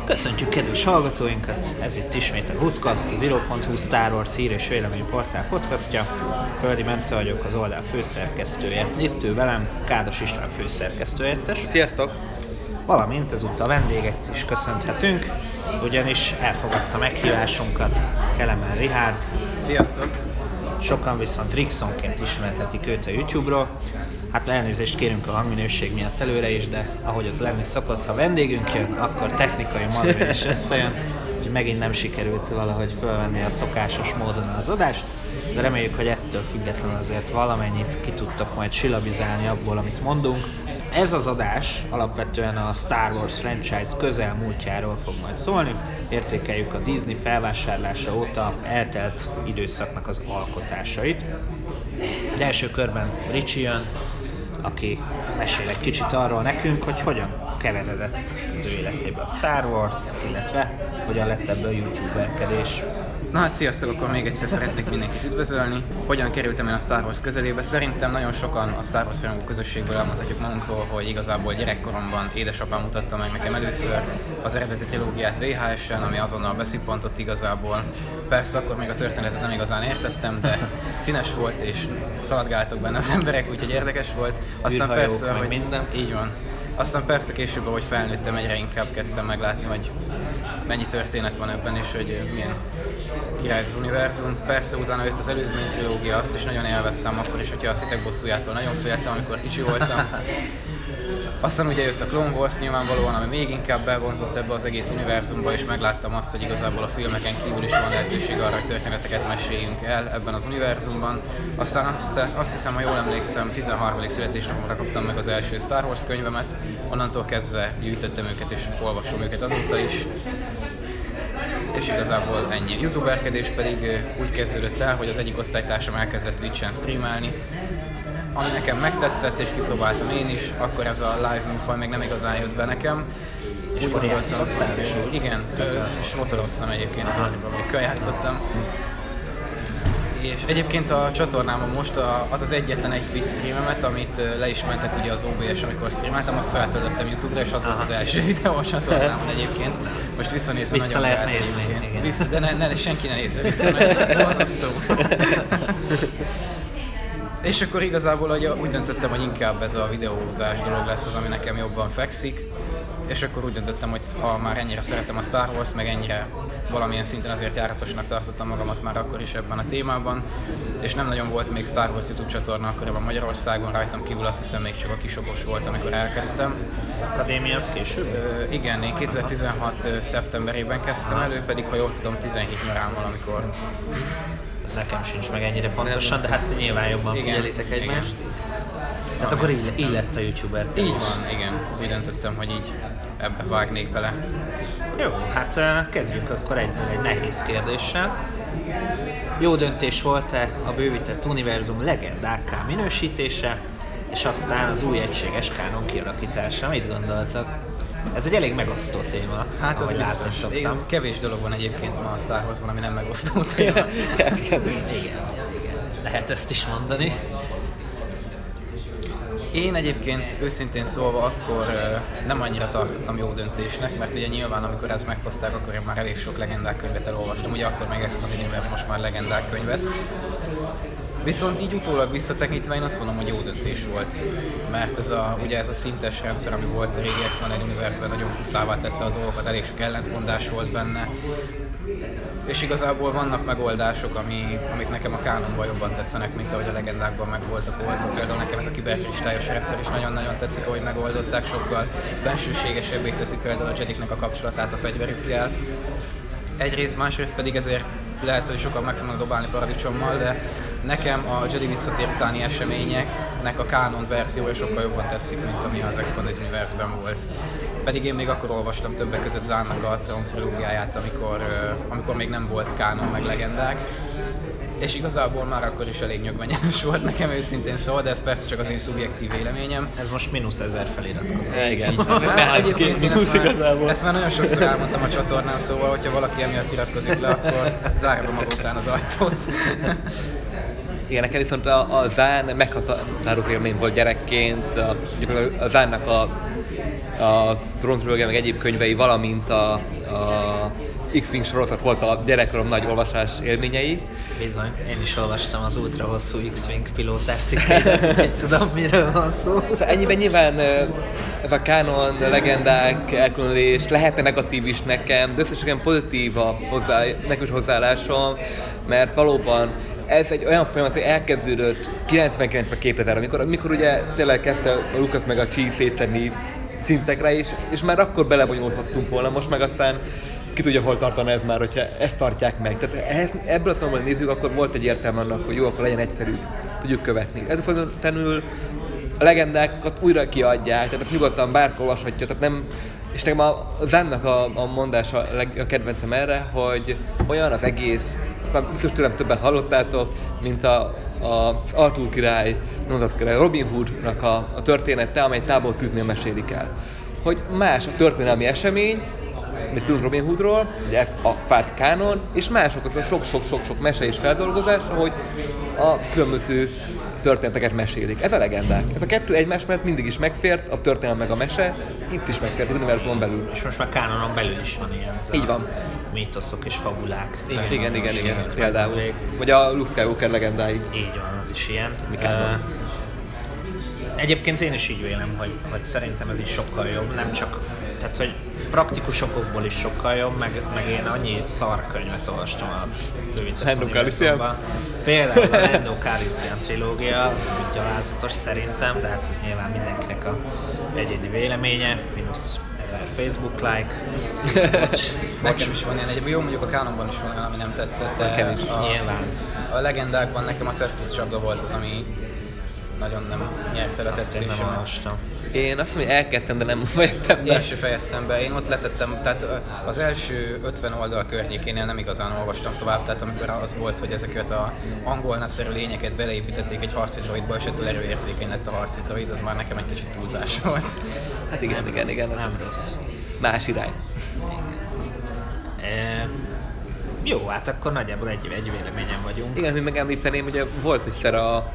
Köszöntjük kedves hallgatóinkat! Ez itt ismét a Woodcast, az iro.hu Star Wars hír és véleményportál podcastja. Földi Bence vagyok, az oldal főszerkesztője. Itt ül velem Kádas István főszerkesztőhelyettes. Sziasztok! Valamint ezúttal vendéget is köszönhetünk, ugyanis elfogadta meghívásunkat Kelemen Richárd. Sziasztok! Sokan viszont Ricksonként ismerhetik őt a YouTube-ról. Hát elnézést kérünk a hangminőség miatt előre is, de ahogy az lenni szokott, ha vendégünk jön, akkor technikai maradvány is összejön, és megint nem sikerült valahogy fölvenni a szokásos módon az adást, de reméljük, hogy ettől függetlenül azért valamennyit ki tudtok majd silabizálni abból, amit mondunk. Ez az adás alapvetően a Star Wars franchise közelmúltjáról fog majd szólni. Értékeljük a Disney felvásárlása óta eltelt időszaknak az alkotásait. De első körben Ricsi jön, aki mesél egy kicsit arról nekünk, hogy hogyan keveredett az ő életébe a Star Wars, illetve hogyan lett ebből youtuberkedés. Na hát sziasztok, akkor még egyszer szeretnék mindenkit üdvözölni. Hogyan kerültem én a Star Wars közelébe? Szerintem nagyon sokan a Star Wars rajongó közösségből elmondhatjuk magunkról, hogy igazából gyerekkoromban édesapám mutatta meg nekem először az eredeti trilógiát VHS-en, ami azonnal beszippantott igazából. Persze akkor még a történetet nem igazán értettem, de színes volt és szaladgáltak benne az emberek, úgyhogy érdekes volt. Aztán persze, hogy minden. Így van. Aztán persze később, ahogy felnőttem, egyre inkább kezdtem meglátni, hogy mennyi történet van ebben, és hogy milyen király az univerzum. Persze utána jött az előzmény trilógia, azt is nagyon élveztem akkor is, hogyha a Sithek bosszújától nagyon féltem, amikor kicsi voltam. Aztán ugye jött a Clone Wars nyilvánvalóan, ami még inkább bevonzott ebbe az egész univerzumba, és megláttam azt, hogy igazából a filmeken kívül is van lehetőség arra, hogy történeteket meséljünk el ebben az univerzumban. Aztán azt hiszem, ha jól emlékszem, 13. születésnapomra kaptam meg az első Star Wars könyvemet, onnantól kezdve gyűjtöttem őket és olvasom őket azóta is. És igazából ennyi. Youtuberkedés pedig úgy kezdődött el, hogy az egyik osztálytársam elkezdett Twitch-en streamelni, ami nekem megtetszett, és kipróbáltam én is, akkor ez a live műfaj még nem igazán jött be nekem. És akkor játszottál? Igen, és motoroztam egyébként, az amikkel játszottam. És egyébként a csatornámon most az egyetlen egy Twitch streamemet, amit le is mentett ugye az OBS, amikor streameltem, azt feltöltöttem YouTube-ra, és az volt az első videó a csatornámon egyébként. Most visszanézve vissza nagyon lehet nézni. Vissza, de senki ne nézze vissza, mert borzasztó. És akkor igazából úgy döntöttem, hogy inkább ez a videózás dolog lesz az, ami nekem jobban fekszik. És akkor úgy döntöttem, hogy ha már ennyire szeretem a Star Wars, meg ennyire valamilyen szinten azért járatosnak tartottam magamat már akkor is ebben a témában, és nem nagyon volt még Star Wars YouTube csatorna akkoriban Magyarországon, rajtam kívül azt hiszem még csak a Kisokos volt, amikor elkezdtem. Az akadémia az később? Igen, én 2016. szeptemberében kezdtem elő, pedig ha jól tudom 17 nyarán valamikor. Ez nekem sincs meg ennyire pontosan, de hát nyilván jobban figyelitek egymást. Tehát akkor így lett a youtuber. Így van, igen. Úgy döntöttem, hogy így ebbe vágnék bele. Jó, hát kezdjük akkor egy nehéz kérdéssel. Jó döntés volt-e a bővített univerzum legendákká minősítése, és aztán az új egységes kánon kialakítása? Mit gondoltak? Ez egy elég megosztó téma, hát az biztos. Kevés dolog van egyébként ma a Star Warsban, ami nem megosztó téma. Igen, lehet ezt is mondani. Én egyébként őszintén szólva akkor nem annyira tartottam jó döntésnek, mert ugye nyilván amikor ezt meghozták, akkor én már elég sok legendák könyvet elolvastam, ugye akkor még Expanded Universe, most már legendák könyvet. Viszont így utólag visszatekintve én azt mondom, hogy jó döntés volt, mert ugye ez a szintes rendszer, ami volt a régi Expanded Universe-ben, nagyon huszává tette a dolgokat, elég sok ellentmondás volt benne. És igazából vannak megoldások, amik nekem a kánonban jobban tetszenek, mint ahogy a legendákban megvoltak oldva. Például nekem ez a kiberkristályos rendszer is nagyon-nagyon tetszik, ahogy megoldották, sokkal bensőségesebbé teszi például a Jediknek a kapcsolatát a fegyverükkel. Egyrészt, másrészt pedig ezért lehet, hogy sokan meg fognak dobálni paradicsommal, de nekem a Jedi visszatér utáni eseményeknek a kánon verziója sokkal jobban tetszik, mint ami az Expanded Universe-ben volt. Pedig én még akkor olvastam többek között Zánnak a Tron trilógiáját, amikor még nem volt kánon meg legendák. És igazából már akkor is elég nyögvenyes volt nekem őszintén szól, de ez persze csak az én szubjektív véleményem. Ez most -1000 feliratkozó. Igen. Egyébként én ezt már nagyon sokszor elmondtam a csatornán, szóval, hogyha valaki emiatt iratkozik le, akkor zárja maga után az ajtót. Igen, nekem viszont a Zán meghatározó élmény volt gyerekként, a Zánnak a a Throne Trilogy meg egyéb könyvei, valamint az X-Wing sorozat volt a gyerekkorom nagy olvasás élményei. Bizony, én is olvastam az ultra hosszú X-Wing pilótás cikkeidet, úgyhogy tudom, miről van szó. Szóval ennyiben nyilván ez a kánon, legendák, elkülönülés lehetne negatív is nekem, de összesen pozitív nekem hozzáállásom, mert valóban ez egy olyan folyamat, hogy elkezdődött 99-ben 2000-re, amikor ugye tényleg kezdte a Lucas meg a Chewie szétszedni szintekre, és már akkor belebonyolódhattunk volna, most meg aztán ki tudja, hol tartana ez már, hogyha ezt tartják meg. Tehát ebből a szempontból nézzük, akkor volt egy értelme annak, hogy jó, akkor legyen egyszerűbb, tudjuk követni. Ezzel a legendákat újra kiadják, tehát ezt nyugodtan bárki olvashatja, tehát nem. És nekem a Zánnak a mondása a kedvencem erre, hogy olyan az egész, azt már biztos tőlem többen hallottátok, mint az Arthur király, Robin Hoodnak a története, amely tábortűznél mesélik el. Hogy más a történelmi esemény, mit tudunk Robin Hoodról, ugye ez a fát kánon, és mások az a sok-sok mese és feldolgozás, ahogy a különböző történeteket mesélik. Ez a legendák. Ez a kettő egymás mellett mindig is megfért, a történelem meg a mese, itt is megfért az univerzumon belül. És most már kánonon belül is van ilyen. Így van. Mítoszok és fabulák. Igen, például. Vagy a Luke Skywalker legendái. Így van, az is ilyen. Egyébként én is így vélem, hogy szerintem ez is sokkal jobb, nem csak, tehát hogy praktikus okokból is sokkal jobb, meg én annyi szarkönyvet olvastam a bővített univerzumban. Például a Lando Calrissian trilógia, úgy gyalázatos szerintem, de hát ez nyilván mindenkinek a egyéni véleménye, mínusz 1000 Facebook like. Nekem is van ilyen, jó, mondjuk a kánonban is van olyan, ami nem tetszett, de nyilván. A legendákban nekem a Cestus csapda volt az, ami nagyon nem nyerte el a tetszésemet. Én azt mondom, hogy elkezdtem, de nem fejeztem be. Én sem fejeztem be, én ott letettem, tehát az első 50 oldal környékénél nem igazán olvastam tovább, tehát amikor az volt, hogy ezeket a angolnaszerű lényeket beleépítették egy harci droidba, és ettől erőérzékeny lett a harci droid, az már nekem egy kicsit túlzás volt. Hát igen, nem rossz. Más irány. Jó, hát akkor nagyjából egy véleményen vagyunk. Igen, mi megemlíteném, ugye volt egyszer a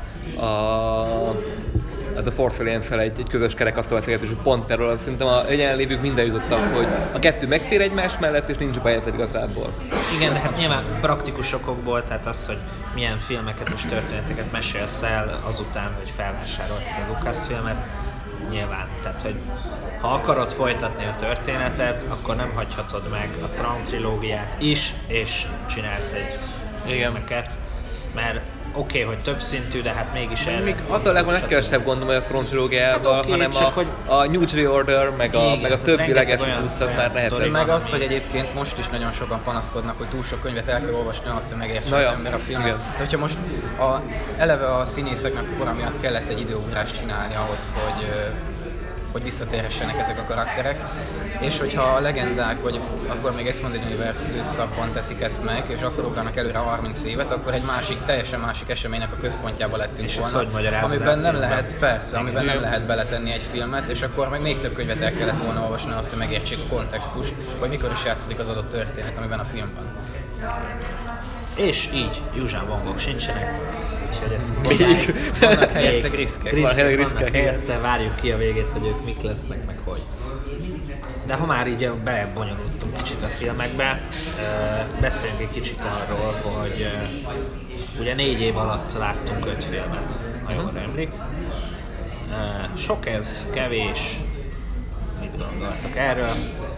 The Force Alliance-szel egy közös kerekasztal beszélgetés, pont erről szerintem a jelenlévők minden jutottak, hogy a kettő megfér egymás mellett, és nincs baj ezzel igazából. Igen, hát nyilván praktikus okokból, tehát az, hogy milyen filmeket és történeteket mesélsz el azután, hogy felvásároltad a Lucasfilmet, nyilván, tehát hogy ha akarod folytatni a történetet, akkor nem hagyhatod meg a Thrawn trilógiát is, és csinálsz egy filmeket, mert oké, hogy több szintű, de hát mégis el. Még az a legkevesebb gondom, hogy a Thrawn trilógiával, hát hanem a New Jedi Order, meg a többi legacy cuccot már nehezebb. Meg az, hogy egyébként most is nagyon sokan panaszkodnak, hogy túl sok könyvet el kell olvasni, ahhoz, hogy megértse az ember a filmet. De hogyha most eleve a színészeknek a kora miatt kellett egy időugrást csinálni ahhoz, hogy visszatérhessenek ezek a karakterek, és hogyha a legendák, vagy akkor még Expanded Universe időszakban teszik ezt meg, és akkor ugranak előre 30 évet, akkor egy teljesen másik eseménynek a központjába lettünk és volna, amiben nem lehet, amiben nem lehet beletenni egy filmet, és akkor meg még több könyvet el kellett volna olvasni azt, hogy megértsék a kontextust, hogy mikor is játszódik az adott történet, amiben a filmben. És így Yuuzhan Vongok sincsenek, úgyhogy ez még vannak helyette griszkek. Vannak helyette, várjuk ki a végét, hogy ők mik lesznek, meg hogy. De ha már így belebonyolultunk kicsit a filmekbe, beszéljünk egy kicsit arról, hogy ugye 4 év alatt láttunk 5 filmet, ha jól emlik. Sok ez, kevés, mit gondoltak erről?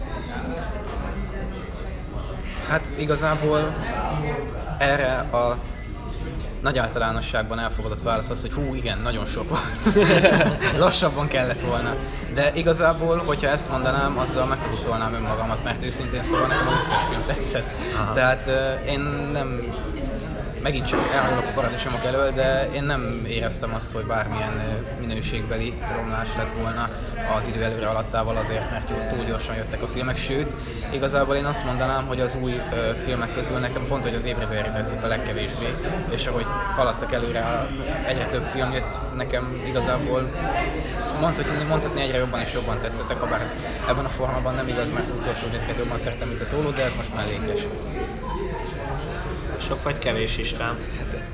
Hát igazából erre a nagy általánosságban elfogadott válasz az, hogy hú, igen, nagyon sok van. Lassabban kellett volna. De igazából, hogyha ezt mondanám, azzal meghazudtolnám önmagamat, mert őszintén szóval nekem az összes film tetszett. Aha. Tehát én nem... Megint csak elhajolok a paradicsomok elől, de én nem éreztem azt, hogy bármilyen minőségbeli romlás lett volna az idő előre alattával azért, mert túl gyorsan jöttek a filmek, sőt, igazából én azt mondanám, hogy az új filmek közül nekem pont, hogy az Ébredőeri tetszett a legkevésbé, és ahogy haladtak előre, egyre több film jött, nekem igazából mondhatni egyre jobban és jobban tetszettek, ha bár ebben a formában nem igaz, mert az utolsó részeket jobban szerettem, mint a Solo, de ez most mellékes. Sok vagy kevés, István? Hát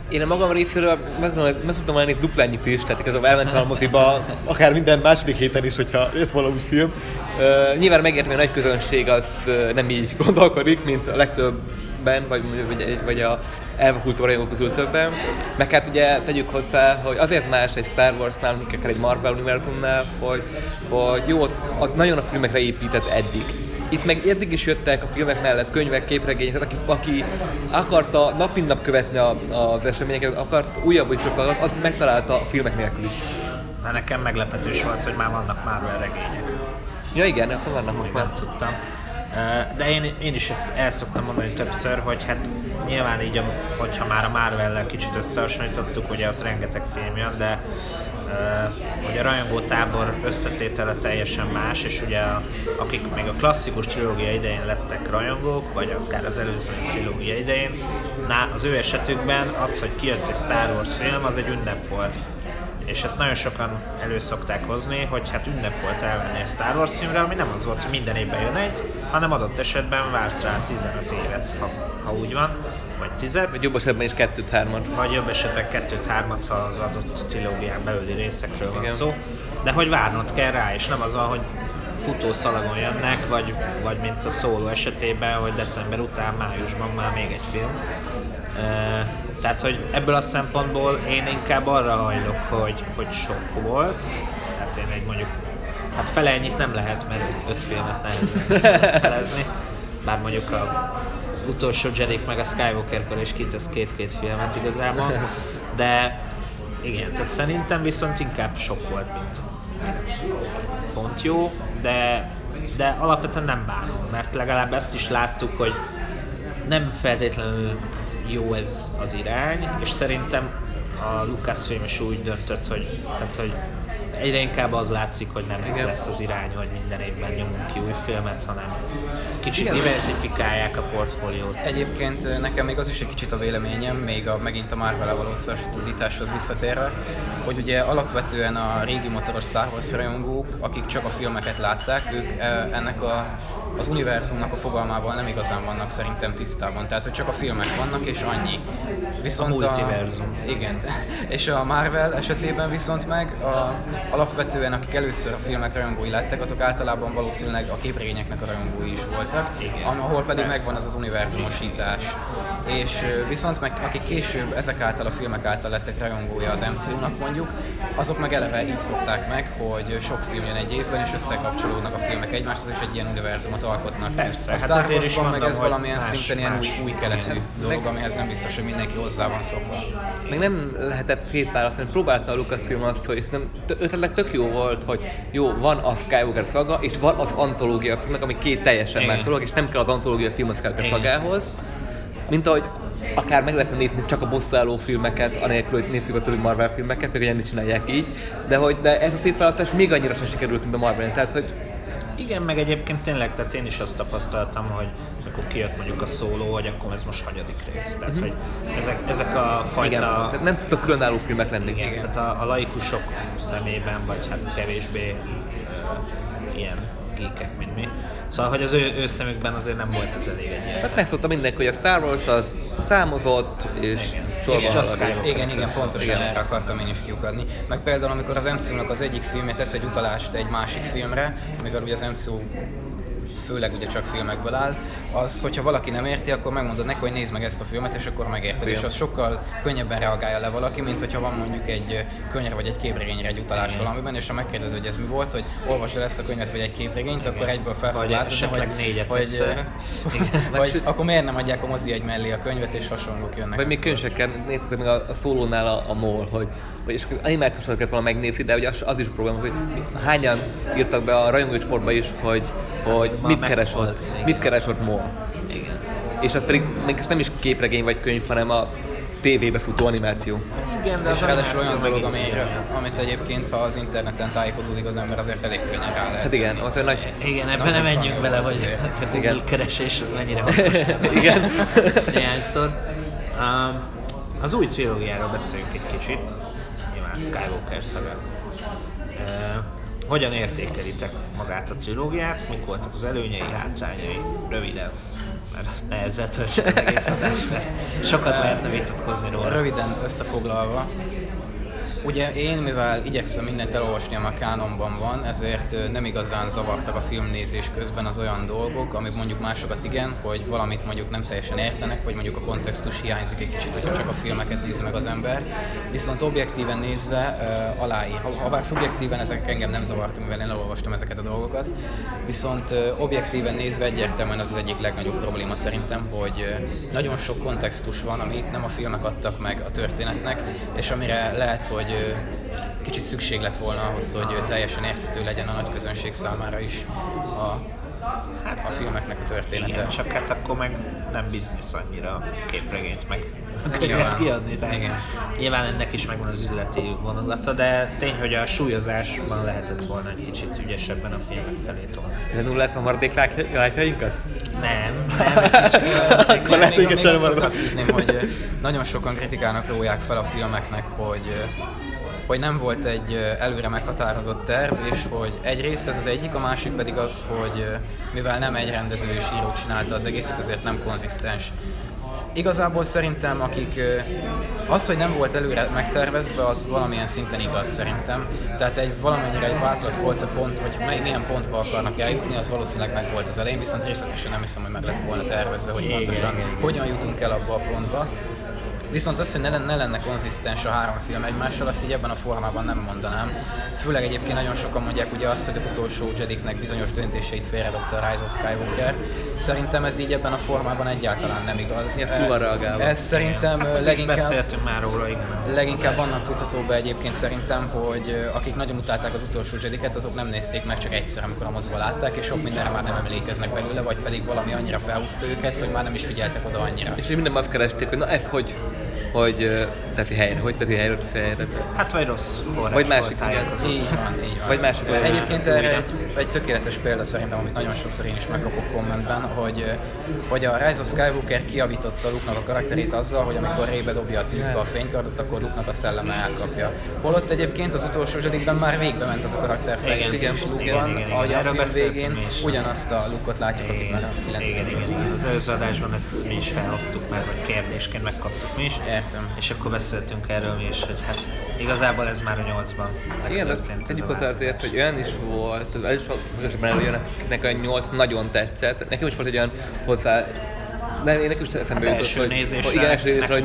Én a magam részéről meg tudtam állni duplánnyit is, tehát igazából elmentem a moziba, akár minden második héten is, hogyha jött valami film. Nyilván megértem, hogy a nagy közönség az nem így gondolkodik, mint a legtöbben, vagy a elvakult rajongók közül többen. Meg hát ugye tegyük hozzá, hogy azért más egy Star Warsnál, mint akár egy Marvel univerzumnál, hogy jó, az nagyon a filmekre épített eddig. Itt meg eddig is jöttek a filmek mellett könyvek, képregények, tehát aki akarta nap mint nap követni az eseményeket, akart újabb is sokkal, az megtalálta a filmek nélkül is. Mert nekem meglepetős volt, hogy már vannak Marvel regények. Ja igen, akkor vannak most már. Nem tudtam. De én is ezt el szoktam mondani többször, hogy hát nyilván így, hogyha már a Marvel-lel kicsit összehasonlítottuk, ugye ott rengeteg film jön, de hogy a rajongótábor összetétele teljesen más, és ugye akik még a klasszikus trilógia idején lettek rajongók, vagy akár az előző trilógia idején, az ő esetükben az, hogy kijött egy Star Wars film, az egy ünnep volt. És ezt nagyon sokan elő szokták hozni, hogy hát ünnep volt elmenni egy Star Wars filmre, ami nem az volt, hogy minden évben jön egy, hanem adott esetben vársz rá 15 évet, ha úgy van, vagy 10. Vagy jobb esetben is 2-3-at. Vagy jobb esetben 2-3-at, ha az adott trilógián belüli részekről van szó. De hogy várnod kell rá, és nem az van, hogy futószalagon jönnek, vagy mint a Solo esetében, hogy december után, májusban már még egy film. Tehát, hogy ebből a szempontból én inkább arra hajlok, hogy sok volt. Tehát én egy mondjuk, hát fele ennyit nem lehet, mert 5 filmet nehezen felezni. Bár mondjuk a utolsó Jedi meg a Skywalker-kor is kitesz 2 filmet igazából. De igen, tehát szerintem viszont inkább sok volt, mint pont jó, de alapvetően nem bánom, mert legalább ezt is láttuk, hogy nem feltétlenül jó ez az irány, és szerintem a Lucasfilm is úgy döntött, hogy egyre inkább az látszik, hogy nem ez lesz az irány, hogy minden évben nyomunk ki új filmet, hanem kicsit diversifikálják a portfóliót. Egyébként nekem még az is egy kicsit a véleményem, még megint a Marvel-el való összehasonlításhoz visszatérve, hogy ugye alapvetően a régi motoros Star Wars rajongók, akik csak a filmeket látták, ők ennek az univerzumnak a fogalmával nem igazán vannak szerintem tisztában, tehát hogy csak a filmek vannak és annyi. Viszont a multiverzum. Igen, és a Marvel esetében viszont meg alapvetően akik először a filmek rajongói lettek, azok általában valószínűleg a képregényeknek a rajongói is voltak, ahol pedig megvan az univerzumosítás. És viszont meg akik később ezek által a filmek által lettek rajongója az MCU-nak mondjuk, azok meg eleve így szokták meg, hogy sok film jön egy évben és összekapcsolódnak a filmek egymáshoz és egy ilyen univerzumot alkotnak. Persze, a Star Warsban meg ez hogy valamilyen szinten ilyen új keletű dolog, amihez nem biztos, hogy mindenki hozzá van szokva. Meg nem lehetett szétválasztani, próbálta a Lucasfilm azt, és ötletleg tök jó volt, hogy jó, van a Skywalker szaga, és van az antológia filmek, ami 2 teljesen más dolog, és nem kell az antológia film a Skywalker szagához. Mint ahogy akár meg lehetne nézni csak a bosszúálló filmeket, anélkül, hogy nézzük a többi Marvel filmeket, még nem csinálják így, de ez a szétválasztás még annyira sem sikerült, mint a Marvel, tehát hogy igen, meg egyébként tényleg, tehát én is azt tapasztaltam, hogy akkor kijött mondjuk a Solo, hogy akkor ez most hanyadik rész. Tehát, hogy ezek a fajta... Igen, tehát nem tudtak különálló filmek lenni. Igen, tehát a laikusok szemében, vagy hát kevésbé ilyen geekek, mint mi. Szóval, hogy az ő szemükben azért nem volt ez elég egyáltalán. Tehát megszokta mindenki, hogy a Star Wars az számozott, és sorban halad. Igen, pontosan erre akartam én is kiukadni. Meg például, amikor az MCU-nak az egyik filmje tesz egy utalást egy másik filmre, mivel ugye az MCU főleg ugye csak filmekből áll, az, hogyha valaki nem érti, akkor megmondod neki, hogy nézd meg ezt a filmet, és akkor megérted. És az sokkal könnyebben reagálja le valaki, mint hogyha van mondjuk egy könyvre vagy egy képregényre egy utalás valamiben, és ha megkérdez, hogy ez mi volt, hogy olvasd el ezt a könyvet vagy egy képregényt, akkor egyből fel fog lázadni, hogy akkor miért nem adják a mozi egy mellé a könyvet, és hasonlók jönnek. Vagy még könyvekkel néztek meg a Szólónál a MOL, hogy és animációsokat kellett volna megnézni, de ugye az is a probléma, hogy hányan írtak be a rajongócsoportba is, hogy mit keres ott MOL. Igen. És az pedig nem is képregény vagy könyv, hanem a tévébe futó animáció. Igen, de és ráadásul olyan dolog, amit egyébként, ha az interneten tájékozódik az ember, azért elég könnyen rá lehet. Hát igen, az nagy... Igen, ebben nem menjünk bele, hogy a Google keresés az mennyire hasznos. Igen. Néhányszor. Az új trilógiáról beszéljünk egy kicsit. Nyilván Skywalker szaga. Hogyan értékelitek magát a trilógiát? Mik voltak az előnyei, hátrányai? Röviden. mert azt ne ezzel töltsön az egész adást, de sokat lehetne vitatkozni róla. Röviden összefoglalva, ugye én, mivel igyekszem mindent elolvasni, ami a kánonban van, ezért nem igazán zavartak a filmnézés közben az olyan dolgok, amik mondjuk másokat igen, hogy valamit mondjuk nem teljesen értenek, vagy mondjuk a kontextus hiányzik egy kicsit, hogyha csak a filmeket nézi meg az ember. Viszont objektíven nézve ha bár szubjektíven ezek engem nem zavartak, mivel én elolvastam ezeket a dolgokat, viszont objektíven nézve egyértelműen az egyik legnagyobb probléma szerintem, hogy nagyon sok kontextus van, amit nem a filmek adtak meg a történetnek, és amire lehet, hogy kicsit szükség lett volna ahhoz, hogy teljesen érthető legyen a nagy közönség számára is a filmeknek a története. Igen, csak hát akkor meg nem biznisz annyira a képregényt meg könyvet kiadni. Nyilván ennek is megvan az üzleti vonulata, de tény, hogy a súlyozásban lehetett volna egy kicsit ügyesebben a filmek felé tolni. De nullát a maradék lájkjainkat? Nem, még azt hozzáfűzném, hogy nagyon sokan kritikának róják fel a filmeknek, hogy nem volt egy előre meghatározott terv, és hogy egyrészt ez az egyik, a másik pedig az, hogy mivel nem egy rendező és író csinálta az egészet, ezért nem konzisztens. Igazából szerintem, az, hogy nem volt előre megtervezve, az valamilyen szinten igaz szerintem. Tehát valamennyire egy vázlat volt a pont, hogy milyen pontba akarnak eljutni, az valószínűleg meg volt az elején, viszont részletesen nem hiszem, hogy meg lett volna tervezve, hogy pontosan hogyan jutunk el abba a pontba. Viszont az, hogy ne lenne konzisztens a három film egymással, azt így ebben a formában nem mondanám. Főleg egyébként nagyon sokan mondják ugye azt, hogy az utolsó Jediknek bizonyos döntéseit félredobta a Rise of Skywalker. Szerintem ez így ebben a formában egyáltalán nem igaz. Ez szerintem leginkább annak tudható be egyébként szerintem, hogy akik nagyon utálták az utolsó Jediket, azok nem nézték meg csak egyszer, amikor a moziba látták, és sok mindenre már nem emlékeznek belőle, vagy pedig valami annyira felhúzta őket, hogy már nem is figyeltek oda annyira. És minden azt keresték, hogy na ez hogy teszi helyre. Hát vagy rossz forrás. Vagy másik, így van. Vagy másik. Egyébként erre egy tökéletes példa szerintem, amit nagyon sokszor én is megkapok kommentben, hogy a Rise of Skywalker kijavította Luke-nak a karakterét azzal, hogy amikor Rey bedobja a tűzbe a fénykardot, akkor Luke-nak a szelleme elkapja. Holott egyébként az utolsó Jedikben már végbe ment az a karakter fejlődés Luke-ban, ahogy a film végén ugyanazt a Luke-ot látjuk, akit már a 90-ben. Az előző adásban ezt mi is felhoztuk már, vagy kérdésként megkaptuk mi is. Értem. És akkor beszéltünk erről mi is, hogy hát igazából ez már a 8-ban megtörtént. Tegyük hozzá azért, hogy olyan is volt, az elsősorban előjönnek a 8 nagyon tetszett. Nekem is volt egy olyan hozzá, de én nekem is eszembe jutott, hogy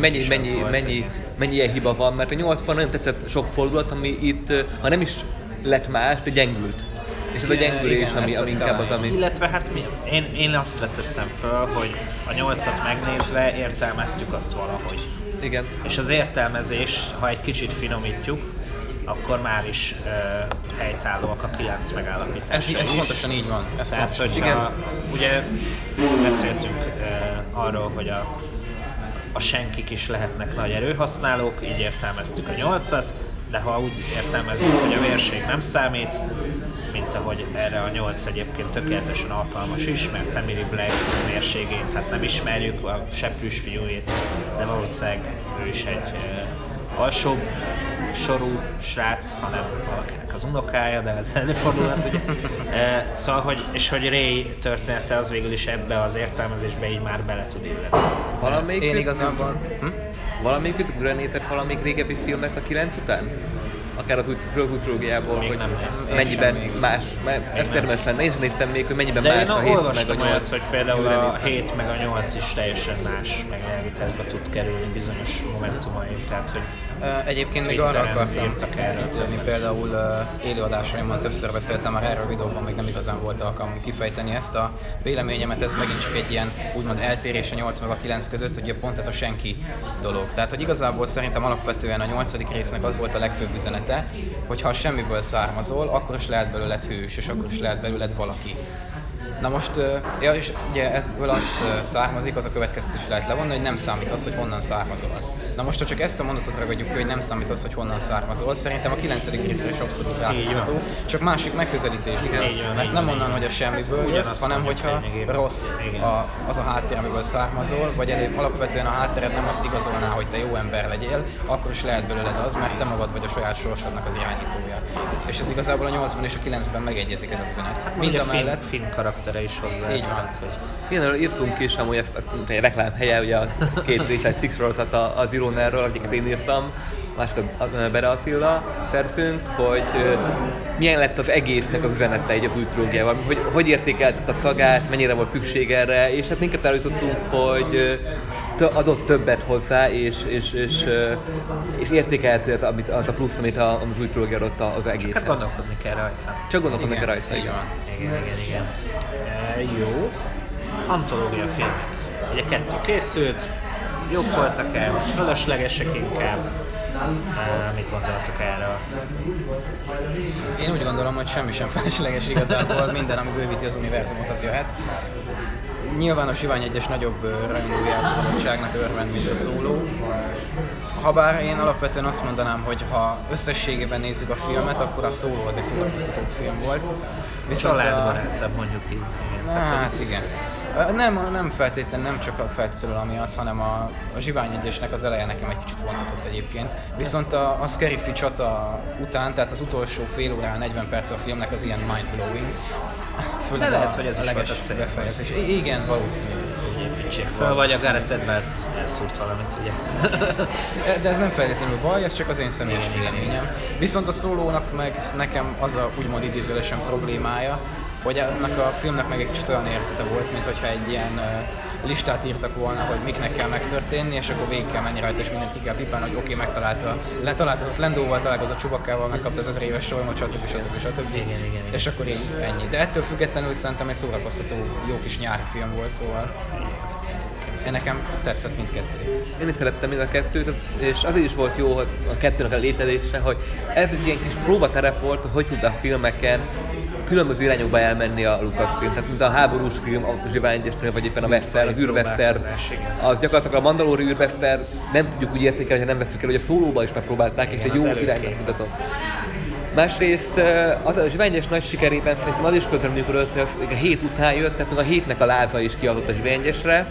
mennyi ilyen hiba van, mert a 8-ban nagyon tetszett sok fordulat, ami itt, ha nem is lett más, de gyengült. És ez a gyengülés, ami inkább az, ami... Illetve hát én azt vetettem föl, hogy a 8-at megnézve értelmeztük azt valahogy. Igen. És az értelmezés, ha egy kicsit finomítjuk, akkor már is helytállóak a 9 megállapításai. Ez pontosan így van. Tehát, hogyha ugye beszéltünk arról, hogy a senkik is lehetnek nagy erőhasználók, így értelmeztük a 8-at, de ha úgy értelmezzük, hogy a vérség nem számít, mint ahogy erre a 8 egyébként tökéletesen alkalmas is, mert Emily Blunt vérségét hát nem ismerjük, a seprűs fiújét, de valószínűleg ő is egy alsóbb sorú srác, hanem valakinek az unokája, de ez előfordulhat, ugye. Szóval, hogy Rey története az végül is ebbe az értelmezésbe így már bele tud illeni. Én igazából... Valamelyikük újra nézett valamelyik régebbi filmet a 9 után? Akár az új trilógiából, még nem néztem. Mennyiben más, ez termes lenne, én sem néztem még, hogy mennyiben de más a 7 meg a 8. Olyat, hogy például a 7 meg a 8 is teljesen más megjelenítésbe tud kerülni bizonyos momentumai, tehát hogy egyébként még arra akartam kitérni, például élőadásaimban többször beszéltem már erről a videóban, még nem igazán volt alkalmam kifejteni ezt a véleményemet, ez megint csak egy ilyen úgymond eltérés a 8 meg a 9 között, ugye pont ez a senki dolog. Tehát, hogy igazából szerintem alapvetően a 8. résznek az volt a legfőbb üzenete, hogy ha semmiből származol, akkor is lehet belőled hős, és akkor is lehet belőled valaki. Na most, és ugye ezből az származik, az a következtetés lehet levonni, hogy nem számít az, hogy honnan származol. Na most, ha csak ezt a mondatot ragadjuk ki, hogy nem számít az, hogy honnan származol, szerintem a 9. részre is abszolút ráhúzható, csak másik megközelítés, mert nem onnan, hogy a semmiből jössz, hanem hogyha rossz az a háttér, amiből származol, vagy alapvetően a háttered nem azt igazolná, hogy te jó ember legyél, akkor is lehet belőled az, mert te magad vagy a saját sorsodnak az irányítója. És ez igazából a 8-ban és a 9-ben megegyezik ez az üzenet. Mind a mellett karaktere is hozzá ezt, tehát, hogy... Igen, írtunk is amúgy ezt egy reklámhelye, ugye a 2 részes cikksorozat az Irónáról, akiket én írtam, másikat Bere Attila szerzőnk, hogy milyen lett az egésznek az üzenete egy az új trilógiával, hogy értékeltet a szagát, mennyire volt szükség erre, és hát minket eljutottunk, hogy adott többet hozzá, és értékelhető az a plusz, amit az új trilógia adott az egészhez. Csak gondolkodni kell rajta. Csak gondolkodni kell rajta. Igen. Jó. Antológia film. Ugye 2 készült, jók voltak-e, vagy fölöslegesek inkább? Mit gondoltok erről? Én úgy gondolom, hogy semmi sem felesleges igazából, minden, ami bővíti az univerzumot, az jöhet. Nyilván a Zsivány 1-es nagyobb rajongói elfogadottságnak örvend, mint a szóló. Habár én alapvetően azt mondanám, hogy ha összességében nézzük a filmet, akkor a szóló az egy szórakoztatóbb film volt. Családbarátabb mondjuk így. Hát igen. Nem feltétlenül, nem csak a feltétlenül amiatt, hanem a Zsivány 1-esnek az eleje nekem egy kicsit vontatott egyébként. Viszont a Scarify csata után, tehát az utolsó fél órán, 40 perc a filmnek az ilyen mind-blowing. De lehet, hogy ez is volt a cél. Befejezés. Igen, valószínű. Építsék fel, vagy a Gareth Edwards elszúrt valamit, ugye? De ez nem feltétlenül baj, ez csak az én személyes véleményem. Viszont a szólónak meg nekem az a úgymond idézőjelesen problémája, hogy annak a filmnek meg egy kicsit olyan érzete volt, mint hogyha egy ilyen listát írtak volna, hogy miknek kell megtörténni, és akkor végig kell menni rajta, és mindent ki kell pipálni, hogy oké, megtalálta, találkozott Lendóval, találkozott Chewbaccával, megkapta az 1000 éves soromot, stb. Igen. És akkor így ennyi. De ettől függetlenül szerintem egy szórakoztató, jó kis nyári film volt, szóval nekem tetszett mindkettő. Én is szerettem mind a kettőt, és azért is volt jó a kettőnek a létezése, hogy ez egy ilyen kis próbaterep volt, hogy tud a filmeken különböző irányokba elmenni a Lucasfilm. Tehát mint a háborús film, a Zsivány 1-esnél, vagy éppen a Western, az űrwestern, az gyakorlatilag a Mandalori űrwestern nem tudjuk úgy értékelni, ha nem veszük el, hogy a szólóba is megpróbálták, és egy jó irányba mutatott. Másrészt az a Zsivány 1-es nagy sikerében szerintem az is közreműködött, hogy a 7 után jött, tehát még a 7-nek a láza is kiadott a Zsivány 1-esre,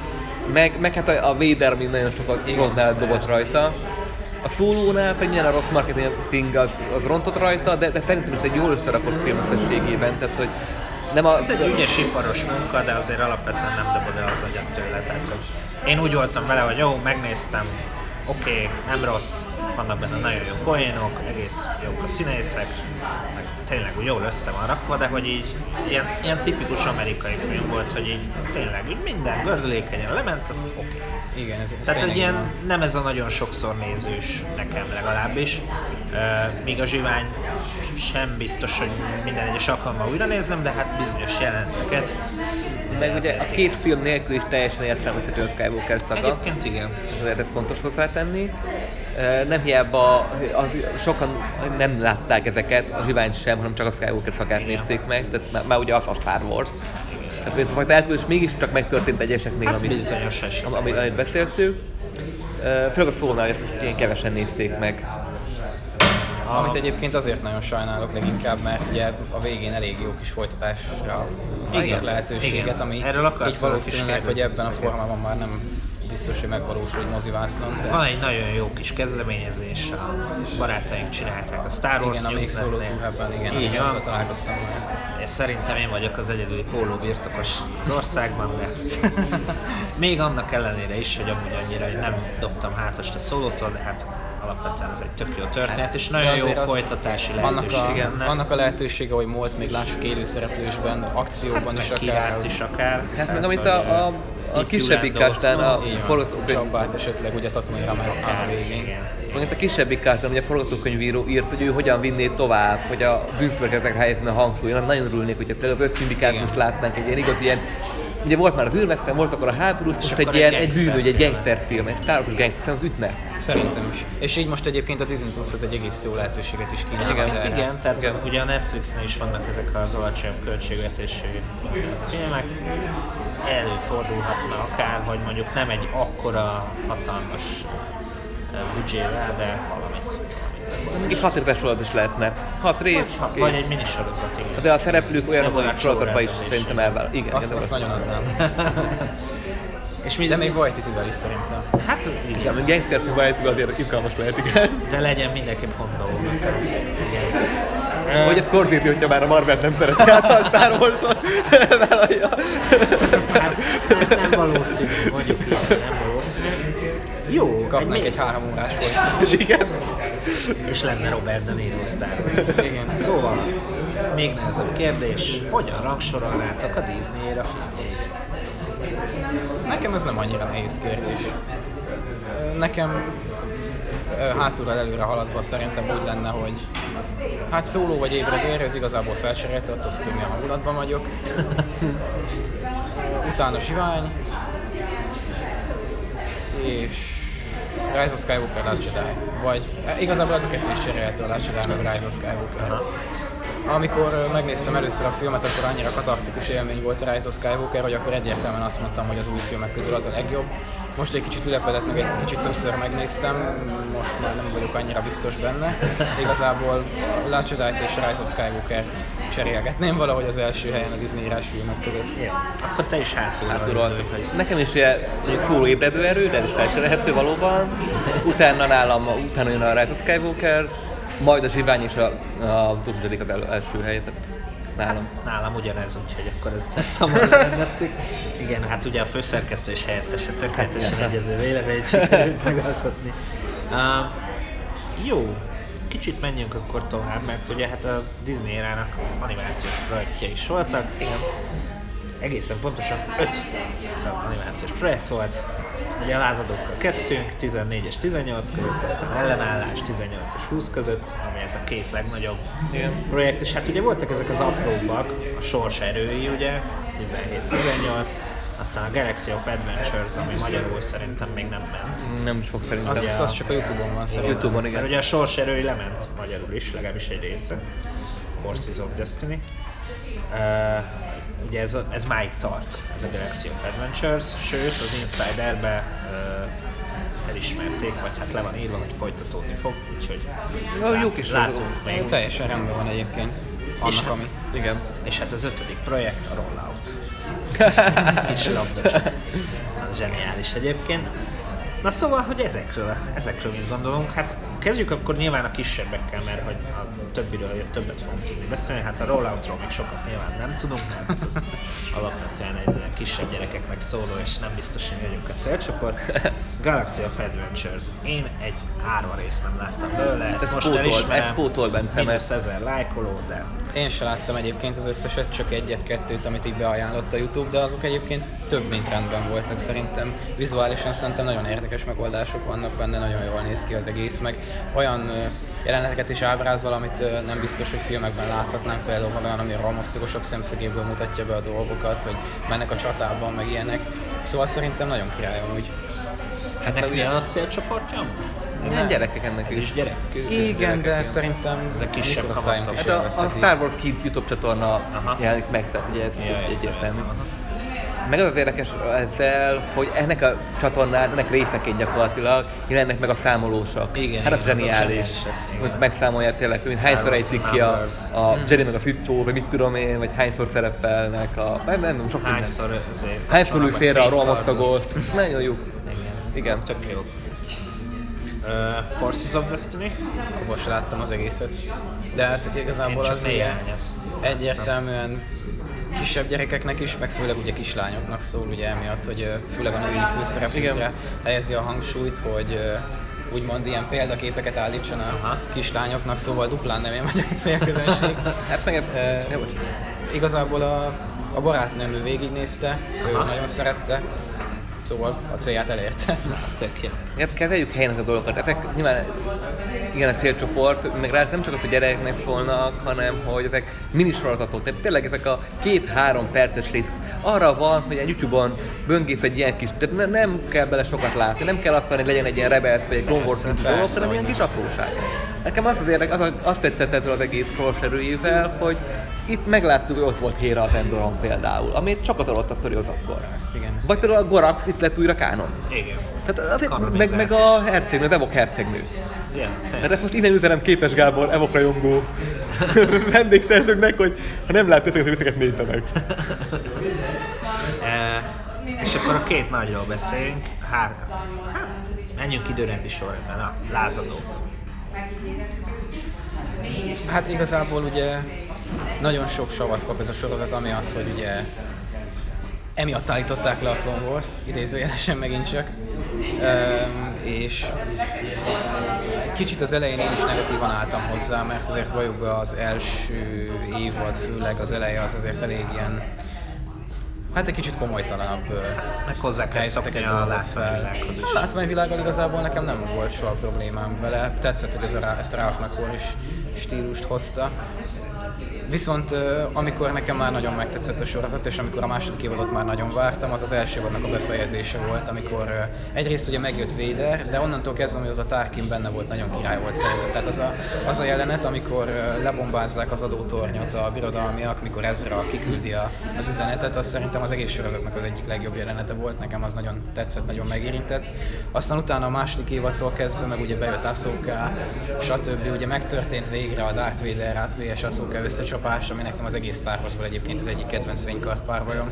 meg hát a Vader, ami nagyon sokat frontnál dobott rajta. A szólónál pedig milyen a rossz marketing az rontott rajta, de szerintem ez egy jól összerakott film összességében, tehát hogy nem a... Egy ügyes iparos munka, de azért alapvetően nem dobod el az agyat tőle, tehát hogy én úgy voltam vele, hogy jó, megnéztem, oké, nem rossz, vannak benne nagyon jó poénok, egész jók a színészek, meg tényleg jól össze van rakva, de hogy így ilyen tipikus amerikai film volt, hogy így tényleg így minden gördülékenyen lement, az oké. Igen, ez tehát egy ilyen, nem ez a nagyon sokszor nézős nekem legalábbis, míg a Zsivány sem biztos, hogy minden egyes alkalommal újra néznem, de hát bizonyos jeleneteket. Meg ugye a 2 film nélkül is teljesen értelmezhető a Skywalker szaga. Egyébként igen. Ezért ez fontos hozzátenni. Nem hiába, sokan nem látták ezeket, a Zsiványt sem, hanem csak a Skywalker szagát nézték meg, tehát már ugye az a Star Wars. Tehát ez a fajta elkülönés mégiscsak megtörtént egyeseknél, hát amit beszéltünk. Főleg a szólónál ezt ilyen kevesen nézték meg. Amit egyébként azért nagyon sajnálok leginkább, mert ugye a végén elég jó kis folytatásra adnak lehetőséget, ami így valószínűleg, hogy ebben a formában már nem biztos, hogy megvalósul egy mozivásznon. De... Van egy nagyon jó kis kezdeményezés, a barátaink csinálták a Star Wars igen, a még szóló túlhebben, igen, ezzel találkoztam már. Szerintem én vagyok az egyedüli póló birtokos az országban, de még annak ellenére is, hogy amúgy annyira, hogy nem dobtam hátast a szólótól, de hát alapvetően ez egy tök jó történet, és nagyon jó folytatási lehetőség. Annak a lehetősége, hogy Molt még lássuk élőszereplősben, akcióban hát, is akár. Hát meg amit a kisebbik kástán a forgatókönyv... Csabbát esetleg ugye Tatooine-ra ment a végén. A kisebbik kástán ugye a forgatókönyvíró írt, hogy ő hogyan vinné tovább, hogy a bűnszövetkezetekre helyezni a hangsúly. Én nagyon örülnék, hogyha az összindikátust látnánk egy ilyen igazi ilyen... Ugye volt már az űrwestern, volt akkor a háborús, most egy bűnügy, egy gangsterfilm, egy Star Wars gangster, az ütne. Szerintem is. És így most egyébként a Disney Plus az egy egész jó lehetőséget is kínál. Igen, tehát ugye a Netflixen is vannak ezek az alacsonyabb költségvetésű filmek. Előfordulhatna akár, hogy mondjuk nem egy akkora hatalmas büdzsével, de valamit. Mondjuk 6 éves sorozat is lehetne. 6 rész, vagy egy minisorozat, igen. De a szereplők olyanok, hogy sorozatban is szerintem elvál. Igen, azt nagyon adnám. De még Waititivel is szerintem. Hát igen, még gangsterfilm Waititivel azért izgalmas lehet, igen. De legyen mindenképp gondoló. Hogy a Scorsese, hogyha már a Marvel nem szereti át a Star Wars-ot, vállalja. Hát nem valószínű, mondjuk így, nem valószínű. Jó, Kapnánk egy 3 órás folytatást. Igen. és lenne Robert De Niro Star Wars. Igen. Szóval, még nehezebb kérdés, hogyan rangsorolnátok a Disney éra filmjeit? Nekem ez nem annyira nehéz kérdés. Nekem hátulról előre haladva szerintem úgy lenne, hogy hát Szóló vagy Ébredőerő, ez igazából felcserélte, attól függ, hogy milyen hangulatban vagyok. Utána Sivány, és Rise of Skywalker, Last Jedi. Vagy igazából az a kettő is cserélhető, a Last Jedi meg Rise of Skywalker. Amikor megnéztem először a filmet, akkor annyira katartikus élmény volt a Rise of Skywalker, hogy akkor egyértelműen azt mondtam, hogy az új filmek közül az a legjobb. Most egy kicsit ülepedett, meg egy kicsit többször megnéztem, most már nem vagyok annyira biztos benne. Igazából Last Jedi-t és Rise of Skywalker-t cserélgetném valahogy az első helyen a Disney írás filmek között. Jó, akkor te is hátulról. Nekem is ugye Szóló Ébredőerő, de ez is felcserélhető valóban. Utána jön a Rise of Skywalker, majd a Zsivány és a utolsó Jedi az első helyet. Nálam. Nálam ugyanez, úgyhogy akkor ezt hamar rendeztük. Igen, hát ugye a főszerkesztő és helyettese tökéletesen egyező véleményt sikerült megalkotni. Jó, kicsit menjünk akkor tovább, mert ugye hát a Disney érának animációs projektje is voltak. Igen. Egészen pontosan 5 animációs projekt volt. Ugye a Lázadókkal kezdtünk, 14 és 18 között, aztán Ellenállás 18 és 20 között, ami ez a két legnagyobb projekt, és hát ugye voltak ezek az apróbbak, a Sors erői ugye, 17-18, aztán a Galaxy of Adventures, ami magyarul szerintem még nem ment. Nem is fog szerintem. Az csak a Youtube-on van szerintem. Youtube-on, igen. Mert ugye a Sors erői lement magyarul is, legalábbis egy része. Forces of Destiny. Ugye ez máig tart, ez a Galaxy of Adventures, sőt az Insider-be elismerték, vagy hát le van írva, hogy folytatódni fog, úgyhogy látunk még. Teljesen rendben van egyébként. Annak, ami... Igen. És hát az 5. projekt a Rollout. Kis labda csak. Az zseniális egyébként. Na szóval, hogy ezekről mit gondolunk? Hát kezdjük akkor nyilván a kisebbekkel, mert hogy a többiről többet fogunk tudni beszélni. Hát a Rolloutról még sokat nyilván nem tudunk, mert az alapvetően egy ilyen kisebb gyerekeknek szóló, és nem biztos, hogy vagyunk a célcsoport. Galaxy of Adventures. Én egy árva részt nem láttam belőle, ezt most elismerem. Ez pótol, Bence, Mínusz 1000 lájkoló, de... Én sem láttam egyébként az összeset, csak egyet-kettőt, amit így beajánlott a YouTube, de azok egyébként több mint rendben voltak szerintem. Vizuálisan szerintem nagyon érdekes megoldások vannak benne, nagyon jól néz ki az egész, meg olyan jeleneteket is ábrázol, amit nem biztos, hogy filmekben láthatnánk, például olyan, ami a romosztokosok szemszögéből mutatja be a dolgokat, hogy mennek a csatában, meg ilyenek. Szóval szerintem nagyon király úgy. Hát neki ugye a célcsoportja? Ilyen gyerekek ennek Ez is gyerek? Igen, de szerintem ezek kisebb osztályunk is Hát a élvezheti. Star Wars Kids YouTube csatorna jelenik meg, tehát ugye ez egyértelmű. Meg az érdekes ezzel, hogy ennek a csatornán, ennek részeként gyakorlatilag jelennek meg a számolósak. Igen, hát az igen, zseniális, hogy megszámolják tényleg, hogy hányszor ejtik ki a Jedi meg a Fitzó, vagy mit tudom én, vagy hányszor szerepelnek a... Nem, sok minden. Hányszor ül félre a rohamosztagost. Nagyon jó. Igen. Tök jó. Forces of Destiny? Most láttam az egészet. De hát igazából az egyértelműen kisebb gyerekeknek is, meg főleg ugye kislányoknak szól, ugye emiatt, hogy főleg a női főszereplőkre helyezi a hangsúlyt, hogy úgymond ilyen példaképeket állítson a kislányoknak, szóval duplán nem én vagyok a célközönség. Hát meg igazából a barátnőm ő végignézte, ő nagyon szerette, szóval a célját elérte. Ezt kezeljük helyenek a dolgokat. Ezek nyilván igen a célcsoport, meg rá nem csak az, hogy gyerekeknek szólnak, hanem hogy ezek minisorozatok. Tehát tényleg ezek a 2-3 perces rész arra van, hogy egy YouTube-on böngész egy ilyen kis, tehát nem kell bele sokat látni, nem kell azt mondani, hogy legyen egy ilyen Rebels vagy egy Clone Wars szintű dolog, hanem ilyen kis apróság. Nekem az azt tetszett ezzel az egész Sors erőjével, hogy itt megláttuk, hogy ott volt Héra a Endoron például, amit csak adott a sztorihoz akkor. Vagy például a Gorax itt lett újra kánon. Igen. Tehát azért, meg a hercegnő, az Evok hercegnő. Mert ezt most innen üzenem Képes Gábor, Evok rajongó vendégszerzőknek, hogy ha nem látjátok, hogy ezeket nézze meg. És akkor a két nagyról beszéljünk. Menjünk időrendi sorrendben, a Lázadók. Hát igazából ugye nagyon sok savat kap ez a sorozat, amiatt, hogy ugye emiatt állították le a Clone Wars-t, idézőjelesen megint csak. És kicsit az elején én is negatívan álltam hozzá, mert azért valójában az első évad, főleg az eleje az azért elég ilyen, hát egy kicsit komolytalanabb meg hozzá kell szokni a látványvilághoz is. A látványvilággal igazából nekem nem volt soha problémám vele. Tetszett, hogy ezt a Ralph McQuarrie is stílust hozta. Viszont amikor nekem már nagyon megtetszett a sorozat, és amikor a második évadot már nagyon vártam, az első évadnak a befejezése volt, amikor egyrészt ugye megjött Vader, de onnantól kezdve, amikor a Tarkin benne volt, nagyon király volt szerintem. Tehát az a jelenet, amikor lebombázzák az adótornyot a birodalmiak, mikor Ezra kiküldi az üzenetet, az szerintem az egész sorozatnak az egyik legjobb jelenete volt, nekem az nagyon tetszett, nagyon megérintett. Aztán utána a második évadtól kezdve, meg ugye bejött Ahsoka, stb. Ugye megtörtént végre a Darth Vader vs. Ahsoka összecsapás, ami nekem az egész Star Warsból egyébként az egyik kedvenc fénykardpárbajom.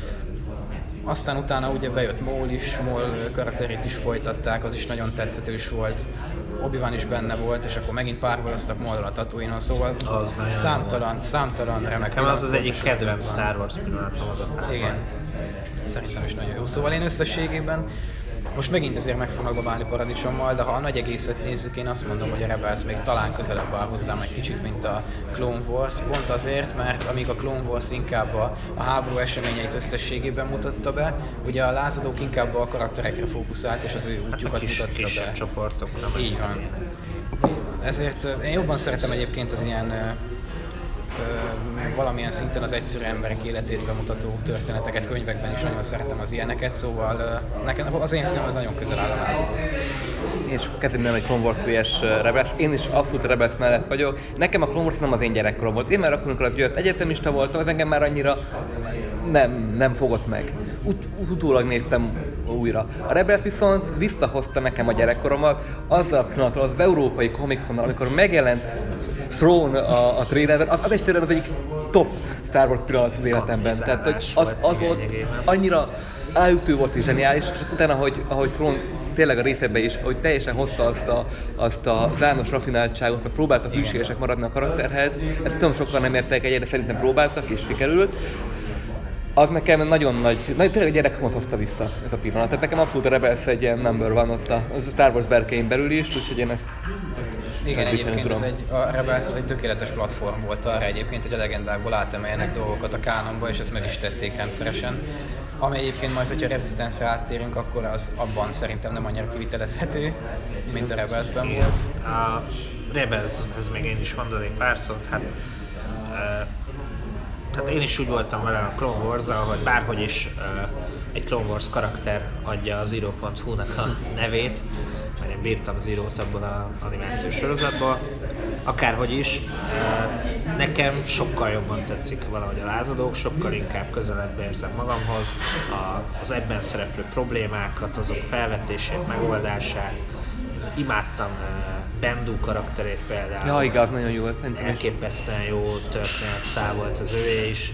Aztán utána ugye bejött Maul is, Maul karakterét is folytatták, az is nagyon tetszetős volt. Obi-Wan is benne volt, és akkor megint párbajoztak Maul a Tatooine-on, szóval számtalan remek. Nekem az egyik kedvenc Star Wars pillanatom az a párbaj. Igen, szerintem is nagyon jó. Szóval én összességében most megint ezért meg fognak dobálni paradicsommal, de ha a nagy egészet nézzük, én azt mondom, hogy a Rebels még talán közelebb áll hozzám egy kicsit, mint a Clone Wars. Pont azért, mert amíg a Clone Wars inkább a háború eseményeit összességében mutatta be, ugye a lázadók inkább a karakterekre fókuszált, és az ő útjukat mutatta be. Csoportokra. Így van. Ezért én jobban szeretem egyébként az ilyen valamilyen szinten az egyszerű emberek életét bemutató történeteket, könyvekben is nagyon szeretem az ilyeneket, szóval nekem az én szívem az nagyon közel áll a lázadók. Én is kezdem egy Clone Wars vs. Rebels. Én is abszolút Rebels mellett vagyok. Nekem a Clone Wars nem az én gyerekkorom volt. Én már akkor, amikor az jött, egyetemista voltam, az engem már annyira nem fogott meg. Utólag néztem újra. A Rebels viszont visszahozta nekem a gyerekkoromat azzal a pillanattal, az európai Comic-Connal, amikor megjelent Throne a trailerben, az egyszerűen az egyik top Star Wars pillanat az életemben. Tehát hogy az volt annyira álütő volt és zseniális, és utána, ahogy Throne tényleg a részében is, hogy teljesen hozta azt a zános rafináltságot, hogy próbáltak hűségesek maradni a karakterhez, ezt tudom sokan nem értek egyet, de szerintem próbáltak és sikerült. Az nekem nagyon nagy, tényleg a gyerekkomat hozta vissza ez a pillanat. Tehát nekem abszolút a Rebels egy ilyen number one ott az a Star Wars berkein belül is, úgyhogy én ezt igen, egyébként a Rebels az egy tökéletes platform volt arra egyébként, hogy a legendákból átemeljenek dolgokat a kánonba, és ezt meg is tették rendszeresen. Ami egyébként majd, hogyha a Resistance-re áttérünk, akkor az abban szerintem nem annyira kivitelezhető, mint a Rebelsben volt. A Rebels, ez még én is mondanék pár szót, tehát én is úgy voltam vele a Clone Wars-zal, hogy bárhogy is egy Clone Wars karakter adja a Zero.hu-nak a nevét, mert én bírtam Zero-t abból az animációs sorozatból, akárhogy is, nekem sokkal jobban tetszik valahogy a lázadók, sokkal inkább közelebb érzem magamhoz, az ebben szereplő problémákat, azok felvetését, megoldását, imádtam Bendu karakterét például. Ja, igaz, nagyon jó volt. Elképesztően jó történetszál volt az övé is,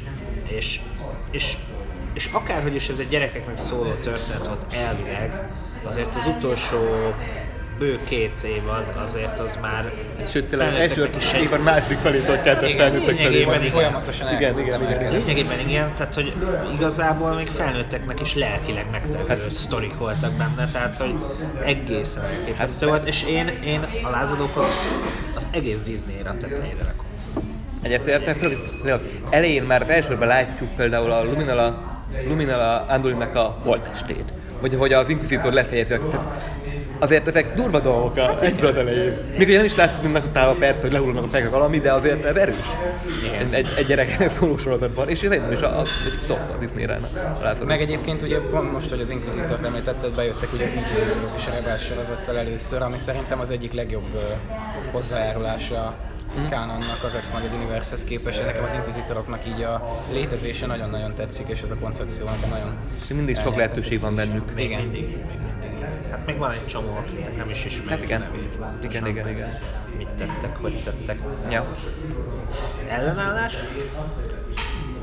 és akárhogy is ez egy gyerekeknek szóló történet volt elvileg, azért az utolsó bő 2 évad azért az már sőt, tényleg első évad második felétől kezdett felnőttek felé. Folyamatosan elkezdtem. Lényegében igen, tehát hogy igazából még felnőtteknek is lelkileg megterhelő sztorik voltak benne, tehát hogy egészen elképesztő volt, és én a lázadókat az egész Disney-ra tetejére rakom. Egyetértek, elején már az elsőben látjuk például a Luminala Andulinnak a holttestét, vagy hogy az Inquisitor lefejezi. Azért ezek durva dolgok egyből az elején. Még ugye nem is láttuk mindent utána persze, hogy lehullanak a fejek valami, de azért ez erős. Egy gyereknek szóló sorozatban, és szerintem is az egy top a Disney-rának. Meg egyébként ugye most, hogy az Inquisitort említetted, bejöttek ugye az Inquisitorok és a Rebels sorozattal először, ami szerintem az egyik legjobb hozzájárulása Kánonnak az Expanded Universe-hez képest, nekem az Inquisitoroknak így a létezése nagyon-nagyon tetszik, és ez a koncepció nekem nagyon... És mindig sok lehetőség van bennük. Igen. Mindig. Hát még van egy csomó, nem is ismerjük hát igen. nevét. Igen. Mit tettek, hogy tettek. Ja. Ellenállás?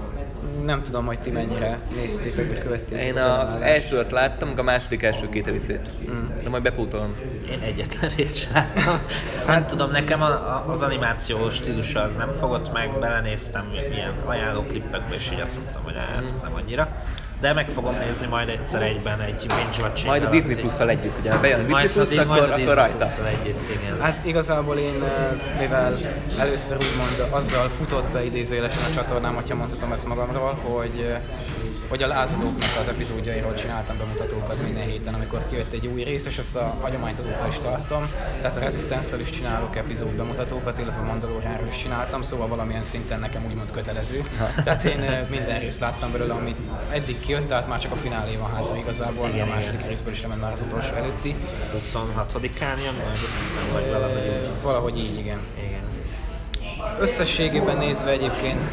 Nem tudom, hogy ti mennyire néztétek, vagy követtétek. Én az elsőt láttam, a második első 2 részét. De majd bepótolom. Én egyetlen részt sem láttam. Nem tudom, nekem az animációs stílusa az nem fogott meg, belenéztem ilyen ajánlóklippekbe, és így azt mondtam, hogy hát ez nem annyira. De meg fogom nézni majd egyszer egyben egy binge watching. Majd a Disney Plus-szal együtt, ugye? Bejön a Disney Plus, akkor rajta. Együtt, igen. Hát igazából én, mivel először úgymond azzal futott be idézélesen a csatornám, hogyha mondhatom ezt magamról, hogy a lázadóknak az epizódjairól csináltam bemutatókat minden héten, amikor kijött egy új rész, és ezt a hagyományt azóta is tartom. Tehát a Resistance-ről is csinálok epizód bemutatókat, illetve a Mandalorianról is csináltam, szóval valamilyen szinten nekem úgymond kötelező. Tehát én minden részt láttam belőle, amit eddig kijött, tehát már csak a finálé van hátra igazából, a második részből is lement már az utolsó előtti. 26-án jön, vagy azt hiszem, vagy valahogy. Valahogy így, igen. Igen. Összességében nézve egyébként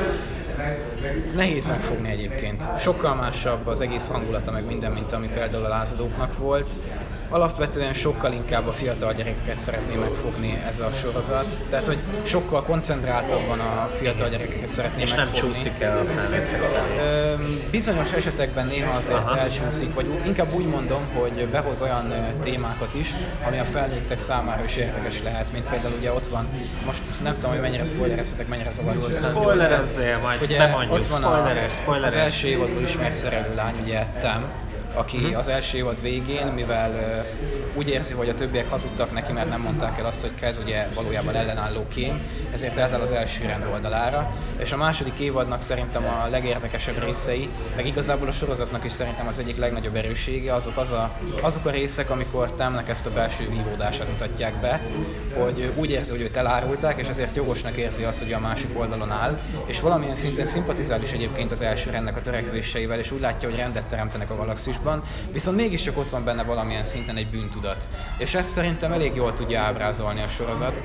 nehéz megfogni egyébként. Sokkal másabb az egész hangulata, meg minden, mint ami például a lázadóknak volt. Alapvetően sokkal inkább a fiatal gyerekeket szeretné megfogni ez a sorozat. Tehát, hogy sokkal koncentráltabban a fiatal gyerekeket szeretné és megfogni. És nem csúszik el a felnőttek felé. Bizonyos esetekben néha azért elcsúszik, vagy inkább úgy mondom, hogy behoz olyan témákat is, ami a felnőttek számára is érdekes lehet, mint például ugye ott van, most nem tudom, hogy mennyire spoilerezhetek, mennyire zavaró. Spoilerezzél, majd bemondjuk, ott van az első évadból ismert szerelő lány, ugye Tam, aki az első évad végén, mivel úgy érzi, hogy a többiek hazudtak neki, mert nem mondták el azt, hogy Kez ugye valójában ellenálló kém, ezért átáll az első rend oldalára. És a második évadnak szerintem a legérdekesebb részei, meg igazából a sorozatnak is szerintem az egyik legnagyobb erőssége, azok a részek, amikor Tamnek ezt a belső vívódását mutatják be, hogy úgy érzi, hogy őt elárulták, és ezért jogosnak érzi azt, hogy a másik oldalon áll, és valamilyen szinten szimpatizál is egyébként az első rendnek a törekvéseivel, és úgy látja, hogy rendet teremtenek a galaxisban, viszont mégiscsak ott van benne valamilyen szinten egy bűntudat. És ezt szerintem elég jól tudja ábrázolni a sorozat.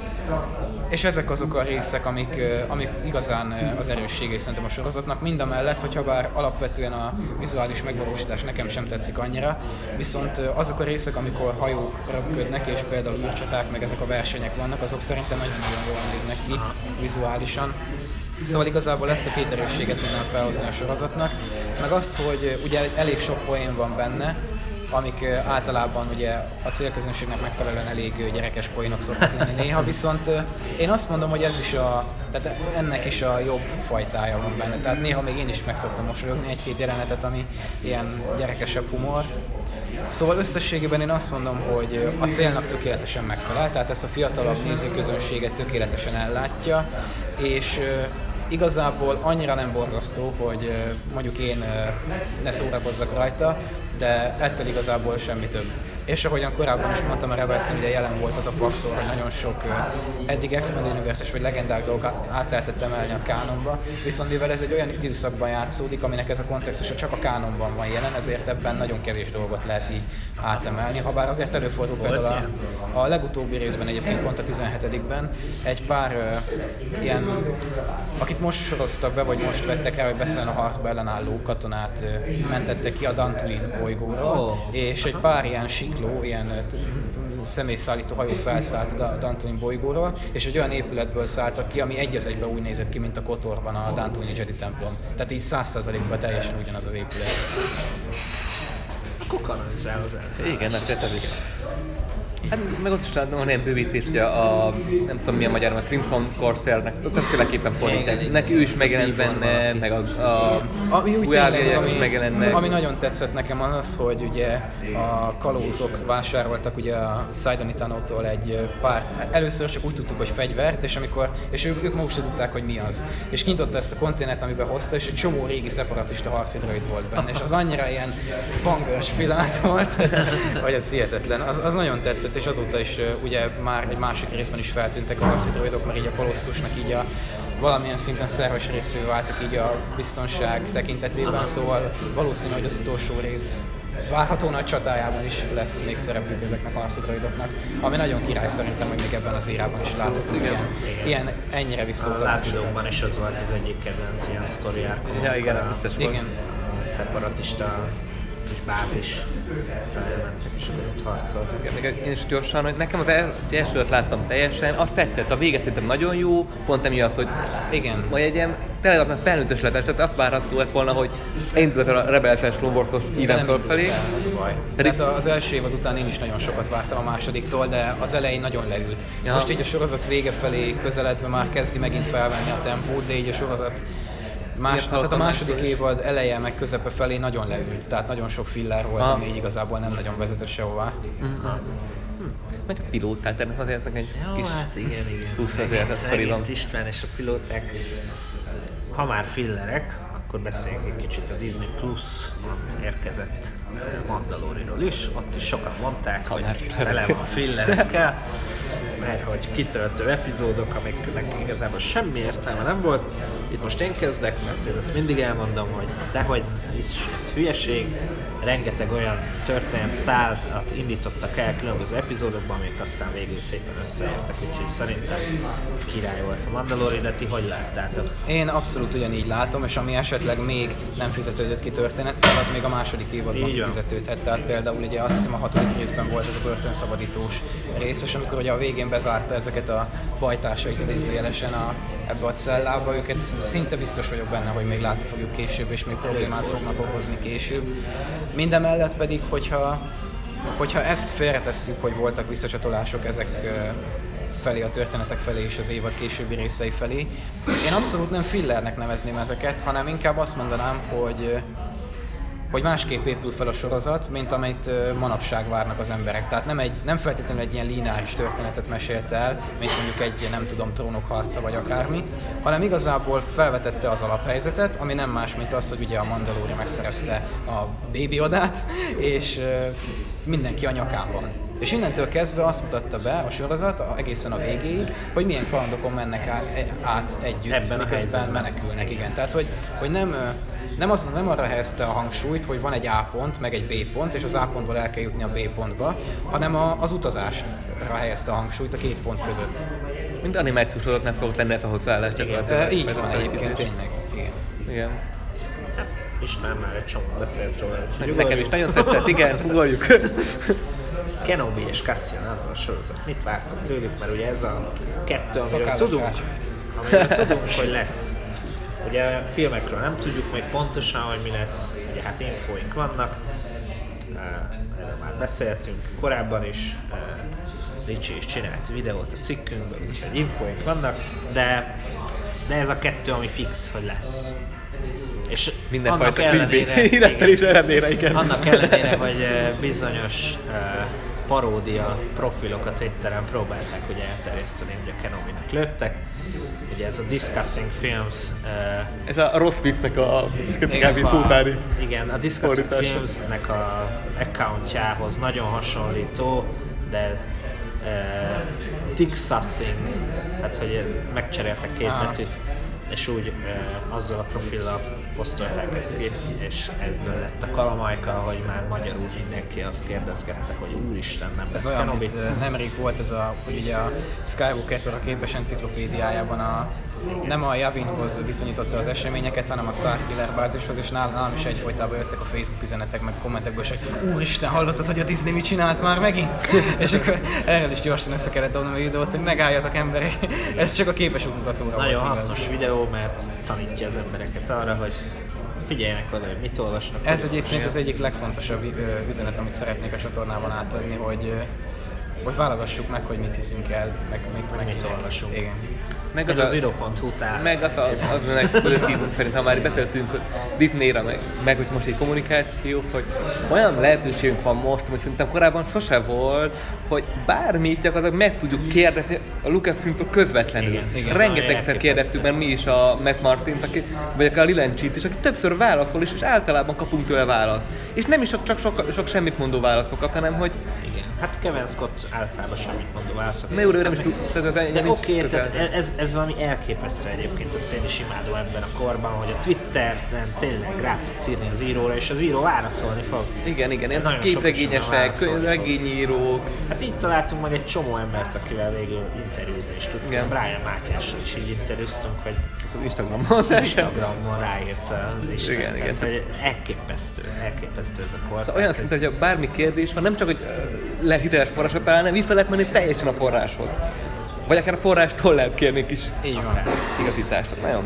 És ezek azok a részek, amik igazán az erősségei szerintem a sorozatnak, mindamellett, hogyha bár alapvetően a vizuális megvalósítás nekem sem tetszik annyira, viszont azok a részek, amikor hajók röpködnek, és például űrcsaták, meg ezek a versenyek vannak, azok szerintem nagyon-nagyon jól néznek ki vizuálisan. Szóval igazából ezt a két erősséget tudnám felhozni a sorozatnak, meg azt, hogy ugye elég sok poén van benne, amik általában ugye a célközönségnek megfelelően elég gyerekes poénok szoktak lenni néha, viszont én azt mondom, hogy tehát ennek is a jobb fajtája van benne, tehát néha még én is meg szoktam mosolyogni egy-két jelenetet, ami ilyen gyerekesebb humor. Szóval összességében én azt mondom, hogy a célnak tökéletesen megfelel, tehát ezt a fiatalabb nézőközönséget tökéletesen ellátja, és igazából annyira nem borzasztó, hogy mondjuk én ne szórakozzak rajta, de ettől igazából semmi több. És ahogyan korábban is mondtam, a Rebels-en ugye jelen volt az a faktor, hogy nagyon sok eddig Expanded Universe-es vagy legendák dolgok át lehetett emelni a kánonba, viszont mivel ez egy olyan időszakban játszódik, aminek ez a kontextusa csak a kánonban van jelen, ezért ebben nagyon kevés dolgot lehet így átemelni, habár azért előfordul például a legutóbbi részben egyébként pont a 17-ben egy pár ilyen, akit most soroztak be, vagy most vettek el, hogy beszéljen a harcba ellenálló katonát mentettek ki a Dantooine bolygóról, és egy pár ilyen sikló, ilyen személyszállító hajó felszállt a Dantooine bolygóról, és egy olyan épületből szálltak ki, ami egy az egyben úgy nézett ki, mint a Kotorban a Dantooine Jedi templom. Tehát így 100%-ban teljesen ugyanaz az épület. Akkor kanonizál az el. Igen, hát tettedik. Hát meg ott is látnom, hogy ilyen bővítés, ugye nem tudom mi a magyar, a Crimson Corsairnek, többféleképpen fordítják. Neki ő is megjelent benne, meg a újjáviaiak is megjelennek. Ami nagyon tetszett nekem az, hogy ugye a kalózok vásároltak ugye a Sidon Itano-tól egy pár, először csak úgy tudtuk, hogy fegyvert, és ők maguk sem tudták, hogy mi az. És kinyitott ezt a konténert, amiben hozta, és egy csomó régi szeparatista harci droid volt benne, és az annyira ilyen fangos pillanat volt, hogy ez hihetetlen. Az nagyon tetszett, és azóta is ugye már egy másik részben is feltűntek a harci droidok, mert így a Kolosszusnak így valamilyen szinten szerves részévé váltak így a biztonság tekintetében, szóval valószínű, hogy az utolsó rész várható nagy csatájában is lesz még szerepük ezeknek a harci droidoknak, ami nagyon király szerintem, hogy még ebben az érában is láthatunk ilyen ennyire visszautalásokat. A Lázsidókban is az volt az egyik kedvenc ilyen sztori árkom. Ja, igen, igen. Szeparatista kis bázis mentek, és akkor ott harcoltak. Én is gyorsan, hogy nekem az elsőt láttam teljesen, azt tetszett, a vége szerintem nagyon jó, pont emiatt, hogy Igen. majd egy ilyen tényleg már felnőttes lett, tehát azt várható lett volna, hogy elindult a Rebelses Clone Wars-os íven fölfelé. Az a baj. Tehát az első évad után én is nagyon sokat vártam a másodiktól, de az elején nagyon leült. Ja. Most így a sorozat vége felé közeledve már kezdi megint felvenni a tempót, de így a sorozat tehát a második évad eleje meg közepe felé nagyon leült, tehát nagyon sok filler volt, ami így igazából nem nagyon vezetett sehová. Meg a pilótát, ennek azért egy kis hát igen. plusz azért a sztoriban. Megint István és a pilóták. Ha már fillerek, akkor beszéljünk egy kicsit a Disney Plus-on érkezett Mandalorianról is. Ott is sokan mondták, hogy tele van fillerekkel, mert hogy kitöltő epizódok, amiknek igazából semmi értelme nem volt. Itt most én kezdek, mert én ezt mindig elmondom, hogy dehogy ez hülyeség, rengeteg olyan történet szállt, indítottak el különböző epizódokban, amik aztán végül szépen összeértek, úgyhogy szerintem király volt a Mandalorian, de ti hogy láttátok? Én abszolút ugyanígy látom, és ami esetleg még nem fizetődött ki történetszal, az még a második évadban kifizetődhet. Tehát például ugye azt hiszem a 6. részben volt ez a börtönszabadítós rész, és amikor ugye a végén bezárta ezeket a bajtársait idézőjelesen ebbe a cellába, őket szinte biztos vagyok benne, hogy még látni fogjuk később, és még problémát fognak okozni később. Mindemellett pedig, hogyha ezt félretesszük, hogy voltak visszacsatolások ezek felé, a történetek felé és az évad későbbi részei felé, én abszolút nem fillernek nevezném ezeket, hanem inkább azt mondanám, hogy másképp épül fel a sorozat, mint amit manapság várnak az emberek. Tehát nem feltétlenül egy ilyen lineáris történetet mesélt el, mint mondjuk egy, nem tudom, Trónok harca vagy akármi, hanem igazából felvetette az alaphelyzetet, ami nem más, mint az, hogy ugye a Mandalorian megszerezte a Baby Yodát, és mindenki a nyakán van. És innentől kezdve azt mutatta be a sorozat egészen a végéig, hogy milyen kalandokon mennek át együtt, ebben miközben menekülnek. Igen. Tehát, hogy nem arra helyezte a hangsúlyt, hogy van egy A pont, meg egy B pont, és az A pontból el kell jutni a B pontba, hanem az utazástra helyezte a hangsúlyt a két pont között. Mint animációs sorozatnál szokott lenni ez a hozzáállás. Így van egyébként, tényleg. Igen. István már egy csomó beszélt róla. Nekem is nagyon tetszett, igen, ugorjuk. Kenobi és Cassian Andor sorozat. Mit vártok tőlük? Mert ugye ez a kettő, amiről tudunk, hogy lesz. Ugye a filmekről nem tudjuk még pontosan, hogy mi lesz. Ugye hát infóink vannak. Erről már beszéltünk korábban is. Ricsi is csinált videót a cikkünkből, úgyhogy infóink vannak. De ez a kettő, ami fix, hogy lesz. És mindenfajta clickbait is ellenére, igen. Annak ellenére, hogy bizonyos paródia profilokat Twitteren próbálták ugye elterjeszteni, hogy a Kenobinak lőttek. Ugye ez a Discussing Films... ez a rossz viccnek a szótári. Igen, a Discussing Filmsnek a accountjához nagyon hasonlító, de Dixassing, tehát hogy megcseréltek két betűt, és úgy azzal a profillal posztolták ezt ki, és ebből lett a kalamajka, hogy már magyarul mindenki azt kérdezgette, hogy úristen, nem lesz Kenobi. Ez olyan, nemrég volt ez hogy ugye a Skywalker a képes enciklopédiájában nem a Yavinhoz viszonyította az eseményeket, hanem a Starkiller bázishoz, és nálam is egyfolytában jöttek a Facebook üzenetek, meg kommentekből, és hogy úristen, hallottad, hogy a Disney mit csinált már megint? És akkor erről is gyorsan össze kellett adnom a videót, hogy megálljatok emberek, ez csak a képes útmutatóra volt. Nagyon hasznos videó, mert tanítja az embereket arra, hogy figyeljenek oda, hogy mit olvasnak. Ez egyébként az egyik legfontosabb üzenet, amit szeretnék a csatornában átadni, hogy válogassuk meg, hogy mit hiszünk el, meg mit olvasunk. Igen. Meg az iro.hu tár. Meg az pozitívum szerint, ha már beszéltünk hogy Disneyre, meg hogy most egy kommunikáció, hogy olyan lehetőségünk van most, hogy szerintem korábban sose volt, hogy bármit gyakorlatilag meg tudjuk kérdezni a Lucasfilmtől közvetlenül. Igen, rengetegszer kérdeztük, mert mi is a Matt Martint, vagy akár a Lilencsit is, aki többször válaszol is, és általában kapunk tőle választ. És nem is csak sok semmit mondó válaszokat, hanem hogy... Igen. Hát Kevin Scott általában semmit mondó válaszokat. Ne, nem is tud. De oké, tehát ez valami elképesztő egyébként, ezt én is imádom ebben a korban, hogy a Twitteren tényleg rá tudsz írni az íróra, és az író válaszolni fog. Igen, Nagyon képregényesek, regényírók. Hát itt találtunk meg egy csomó embert, akivel végül interjúzni is tudtunk. Igen. Brian Mátyással is így interjúztunk, hogy Az Instagramon ráírt a listát. Igen. Tehát, hogy elképesztő ez a kor. Szóval olyan szinten, hogy bármi kérdés van, nem csak, hogy lehet hiteles forrásot találni, hanem vissza lehet menni teljesen a forráshoz. Vagy akár a forrástól lehet kérni kis Így van. igazítást. Nagyon.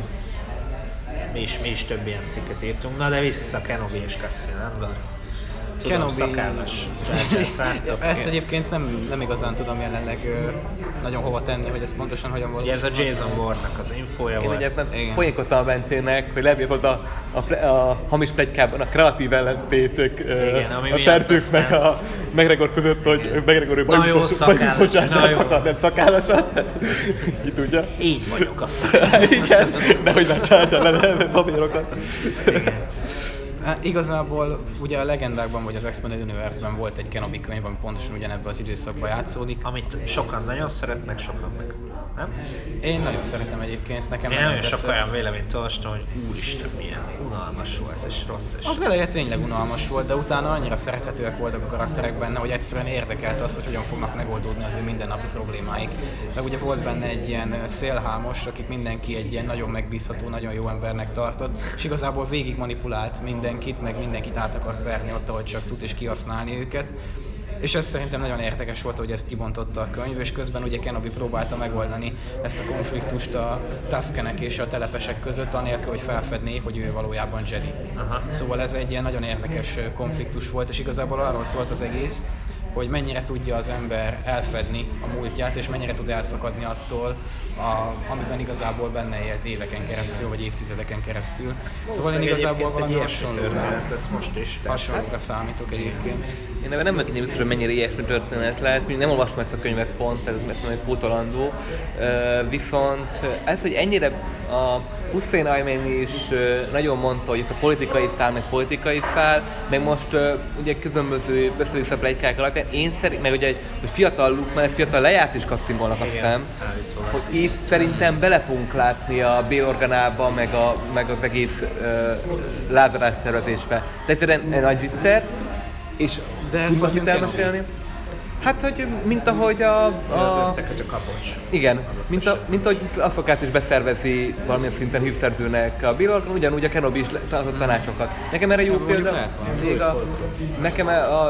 Mi is több ilyen cikket írtunk. Na de vissza Kenobi és Cassian Andor. Tudom, Kenobi- szakállas Jar Jart vártok. Ezt egyébként nem igazán tudom jelenleg nagyon hova tenni, hogy ez pontosan hogyan Ugye ez valósul. a Jason Bourne-nak az infója Én volt. ugye Igen. poénkodtam a Bencének, hogy lehet, hogy volt a hamis pletykában a kreatív ellentétek ami a miatt szerzők meg aztán- a McGregor között, hogy McGregor ő Na jó, szakállas, na jó. akar, nem szakállasra. Így tudja. Így vagyok a szakállas. Igen, nehogy már csárcsán le papírokat. Hát, igazából ugye a legendákban vagy az Expanded Universe-ben volt egy Kenobi könyv, ami pontosan ugyanebben az időszakban játszódik. Amit sokan nagyon szeretnek, sokan meg nem? Én nagyon szeretem egyébként, nekem Én nagyon nagyon sok tetszett. olyan véleményt olvastam, hogy úristen, milyen unalmas volt és rossz. És Az eleje tényleg unalmas volt, de utána annyira szerethetőek voltak a karakterek benne, hogy egyszerűen érdekelt az, hogy hogyan fognak megoldódni az ő mindennapi problémáik. Meg ugye volt benne egy ilyen szélhámos, akit mindenki egy ilyen nagyon megbízható, nagyon jó embernek tartott, és igazából végig manipulált mindenkit, meg mindenkit át akart verni ott, ahogy csak tud, és kihasználni őket. És ez szerintem nagyon érdekes volt, hogy ezt kibontotta a könyv, és közben ugye Kenobi próbálta megoldani ezt a konfliktust a Tuskenek és a telepesek között, anélkül, hogy felfedné, hogy ő valójában Jedi. Aha. Szóval ez egy ilyen nagyon érdekes konfliktus volt, és igazából arról szólt az egész, hogy mennyire tudja az ember elfedni a múltját, és mennyire tud elszakadni attól, amiben igazából benne élt éveken keresztül, vagy évtizedeken keresztül. Szóval én igazából egy valami ilyesmi történet lesz most is. hasonlóra számítok egyébként. Én ebben nem megint biztos, hogy mennyire ilyesmi történet lehet, még nem olvastam ezt a könyvet pont, ez nem egy pótolandó. Viszont ez, hogy ennyire a Hussein Ayman is nagyon mondta, hogy itt a politikai szál, meg most ugye különböző össze-vissza pletykák alapján, én szerint, meg ugye, hogy fiatal Luke, mert fiatal Leiát is castingolnak, azt hiszem, hogy itt szerintem bele fogunk látni a Bail Organába, meg az egész Lázarás szervezésbe. De egyszerűen egy nagy viccer, és De ez tudnak hogyan mit elmesélni? Hát, hogy mint ahogy Az összekötő kapocs. igen, mint ahogy azt szokát is beszervezi valamilyen szinten hírszerzőnek a Bail Organa, ugyanúgy a Kenobi is tartott tanácsokat. Nekem erre jó mondjuk példa, lehet valami. még nekem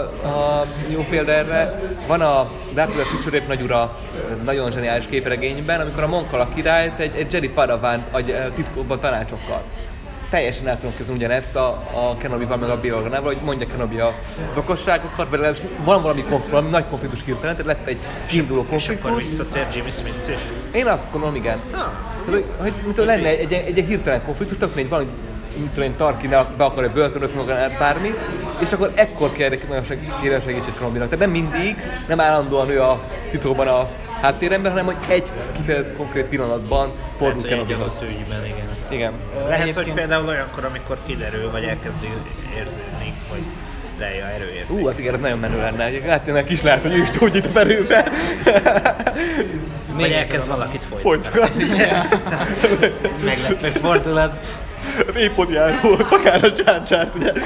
a jó példa erre van a Darth Vader Future nagyura nagyon zseniális képregényben, amikor a Monkala királyt egy Jedi Padawan adja titkokban tanácsokkal. Teljesen el tudom kezdeni ugyanezt a Kenobi-val meg a Bail Organával, hogy mondja Kenobi az okosságokat, vagy legalábbis van valami nagy konfliktus hirtelen, tehát lesz egy kiinduló És akkor konfliktus. visszatér Jimmy Smith is? Én azt gondolom, igen. Hogy mint hogy lenne egy hirtelen konfliktus, tök mindegy, valami, mint tudom én, Tarkin be akarja börtönözni magát bármit, és akkor ekkor kérjük meg a segítséget Kenobinak. Tehát nem mindig, nem állandóan ő a titokban a háttéremben, hanem hogy egy kifejezett konkrét pillanatban fordul Lehet, hogy egy Kenobihoz. adott ügyben, igen. Igen. Lehet, hogy Egyébként- például olyankor, amikor kiderül, vagy elkezdi érződni, hogy Leia erőérzik. Az igen, ez nagyon menő lenne. Látjának is lehet, hogy ő is gyógyít a felőbe. Vagy elkezd valakit folytatni. Meglepő fordulat. Az épodjáró, akár a csáncsárt, ugye?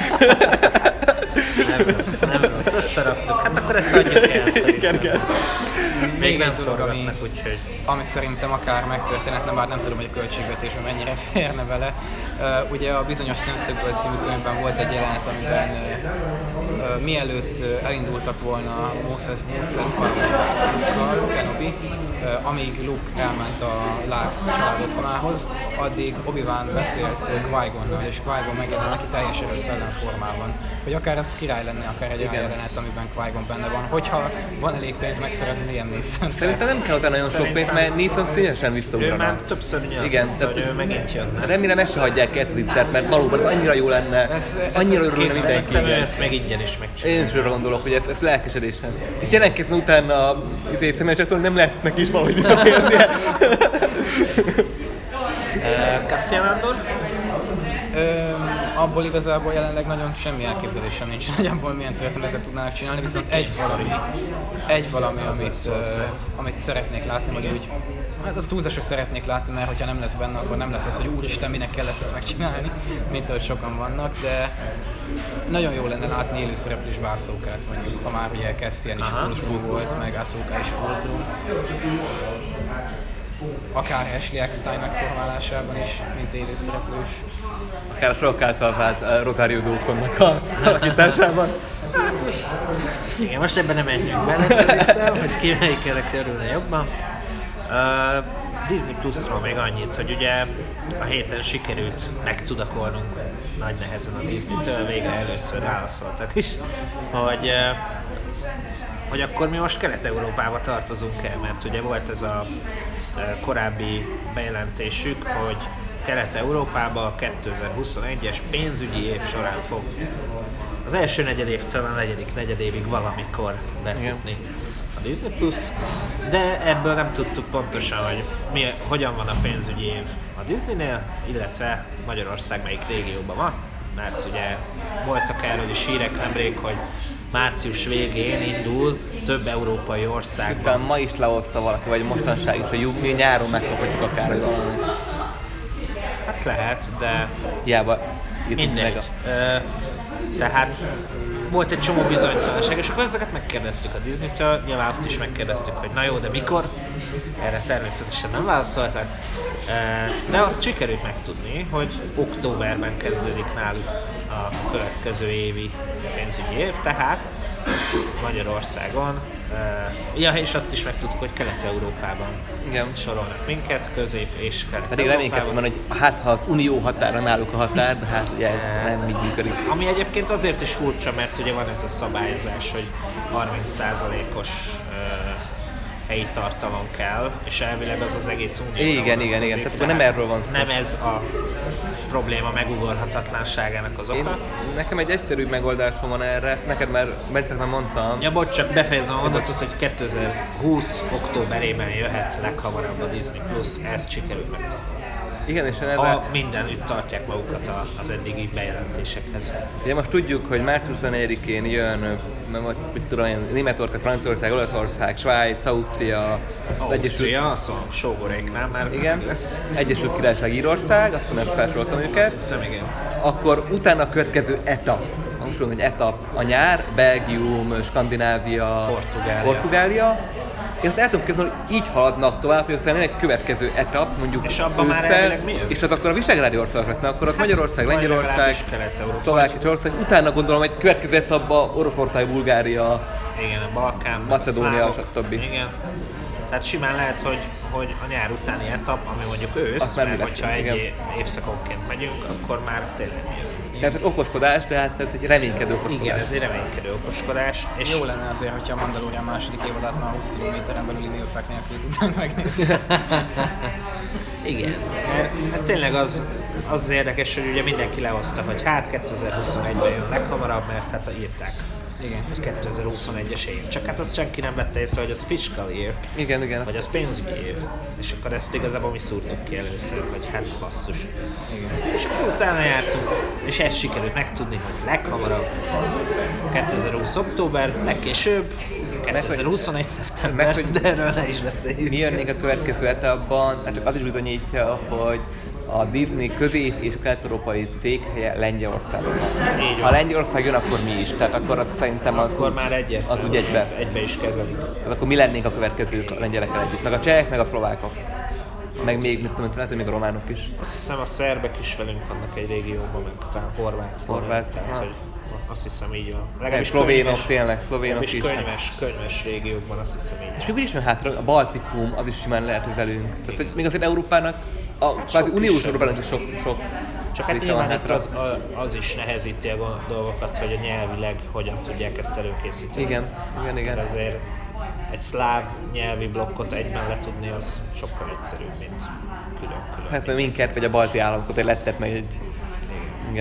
Nem rossz, összeraktuk. Hát akkor ezt adjuk el szerintem. Igen. Még nem egy dolog, forgatnak, úgyhogy... ami szerintem akár megtörténhetne, bár nem tudom, hogy a költségvetésben mennyire férne vele. Ugye a Bizonyos Szemszögből című könyvben volt egy jelenet, amiben mielőtt elindultak volna Moses Luke-kal, Kenobi, amíg Luke elment a Lars család otthonához, addig Obi-Wan beszélt Qui-Gonnal, és Qui-Gon megjelen neki teljes erőszellem formában. Hogy akár ez király lenne, akár egy olyan jelenet, amiben Qui-Gon benne van, hogyha van elég pénz megszerezni Liam Neeson. Szerintem nem kell hozzá nagyon sok pénz, mert Neeson szívesen Ő visszaugrana. már többször nyilatkozta, hogy ő megint jönne. Remélem ezt se hagyják ezt viccet, mert valóban ez annyira jó lenne. Annyira örülne mindenki. Szerintem ő Igen. ezt meg ingyen is megcsinálja. Én is arra gondolok, hogy ez lelkesedésen. És jelentkezne utána a személyesek, hogy nem lehet neki is valahogy visszatérnie. Cassian Andor? abból igazából jelenleg nagyon semmi elképzelésem nincs, nagyjából milyen történetet tudnának csinálni, viszont egy valami amit szeretnék látni, vagy úgy, hát azt túlzásra szeretnék látni, mert hogyha nem lesz benne, akkor nem lesz az, hogy úristen, minek kellett ezt megcsinálni, mint ahogy sokan vannak, de nagyon jó lenne látni élőszereplős Ahsokát, mondjuk, ha már ugye Cassian is full crew volt, meg Ahsoka is full crew. Akár Ashley Eckstein megformálásában is, mint élőszereplős. Akár a sok által vált Rosario Dawsonnak a alakításában. Hát, igen, most ebben nem menjünk bele szerintem, hogy ki melyiknek örülne jobban. Disney Plus-ról még annyit, hogy ugye a héten sikerült megtudakolnunk nagy nehezen a Disney-től, végre először válaszoltak is, hogy akkor mi most Kelet-Európába tartozunk el, mert ugye volt ez a korábbi bejelentésük, hogy Kelet-Európába a 2021-es pénzügyi év során fog az első negyedévtől a negyedik negyedévig valamikor befutni a Disney Plus, de ebből nem tudtuk pontosan, hogy hogyan van a pénzügyi év a Disneynél, illetve Magyarország melyik régióban van, mert ugye voltak erről is hírek nemrég, hogy március végén indul több európai országban. Talán ma is lehozta valaki, vagy mostanság is, hogy mi nyáron megkaphatjuk akár, hogy valami. Hát lehet, de hiába mindegy. Tehát volt egy csomó bizonytalanság, és akkor ezeket megkérdeztük a Disney-től, nyilván azt is megkérdeztük, hogy na jó, de mikor? Erre természetesen nem válaszoltak, de azt sikerült megtudni, hogy októberben kezdődik náluk a következő évi pénzügyi év, tehát Magyarországon, és azt is megtudtuk, hogy Kelet-Európában sorolnak minket, Közép- és Kelet-Európában. Pedig reménykedtem van, hogy hát ha az Unió határa náluk a határ, de hát ugye ez nem így működik. Ami egyébként azért is furcsa, mert ugye van ez a szabályozás, hogy 30%-os helyi tartalom kell, és elvileg az egész Unióra Igen. Tehát akkor nem erről van szó. Nem ez a probléma megugorhatatlanságának az oka. Nekem egy egyszerű megoldásom van erre, neked már mondtam. Ja, bocs, csak befejezem a mondatot, hogy 2020 októberében jöhet leghamarabb a Disney Plus, ezt sikerült megtudni. Igen, és ha mindenütt tartják magukat az eddigi bejelentésekhez. Ugye most tudjuk, hogy március 24-én jön, Németország, Franciaország, Olaszország, Svájc, Ausztria, a sógoréknál már igen, lesz. Egyesült Királyság, Írország, azt nem felsoroltam őket. Azt hiszem, igen. Akkor utána a következő etap, hogy etap a nyár, Belgium, Skandinávia, Portugália. Én azt el tudom képzelni, hogy így haladnak tovább, hogy utána egy következő etap, mondjuk és abban már és az akkor a visegrádi országok lehetne, akkor az Magyarország, Lengyelország, Szlovákia, Csehország, utána gondolom egy következő etapban Oroszország, Bulgária, igen, a Balkán, Macedónia, stb. Igen. Tehát simán lehet, hogy a nyár utáni etap, ami mondjuk ősz, mert hogyha egy évszakonként megyünk, akkor már tényleg jön. Tehát egy okoskodás, de hát ez egy reménykedő okoskodás. Igen, ez egy reménykedő okoskodás. És jó lenne azért, hogyha a Mandalorian második évadát már 20 km-en belüli mérfák nélkül tudnánk megnézni. Igen, mert tényleg az érdekes, hogy ugye mindenki lehozta, hogy hát 2021-ben jön leghamarabb, mert hát írták. Igen. 2021-es év. Csak hát azt senki nem vette észre, hogy az fiscal year. Igen. Vagy az pénzügyi év. És akkor ezt igazából mi szúrtuk ki először, hogy hát basszus. Igen. És akkor utána jártunk, és ezt sikerült megtudni, hogy leghamarabb 2020 október, legkésőbb 2021 szeptember, de erről ne is beszéljünk. Mi jönnénk a következő etapban, hát csak az is bizonyítja, hogy a Disney közép- és kelet-európai székhelye Lengyelországban van. Ha Lengyelország jön, akkor mi is. Tehát akkor azt szerintem akkor már az úgy egybe is kezelik. Tehát akkor mi lennénk a következők a lengyelekkel együtt. Meg a csehek, meg a szlovákok. Meg még, mit tudom, lehet, hogy még a románok is. Azt hiszem a szerbek is velünk vannak egy régióban, meg talán horvát. Tehát, hogy azt hiszem így van. Legalábbis szlovénok, tényleg, szlovénok is. Könyves régiókban, azt hiszem így. És még úgy is van hátra, a Baltikum, az is simán lehet, hogy velünk. Tehát még azért Európának, kvázi uniós Európának is sok csak hát nyilván itt az is nehezíti a dolgokat, hogy a nyelvileg hogyan tudják ezt előkészíteni. Igen. Azért egy szláv nyelvi blokkot egyben letudni, az sokkal egyszerűbb, mint külön. Hát mert minket, vagy a balti államokat egy lettet meg egy... Igen.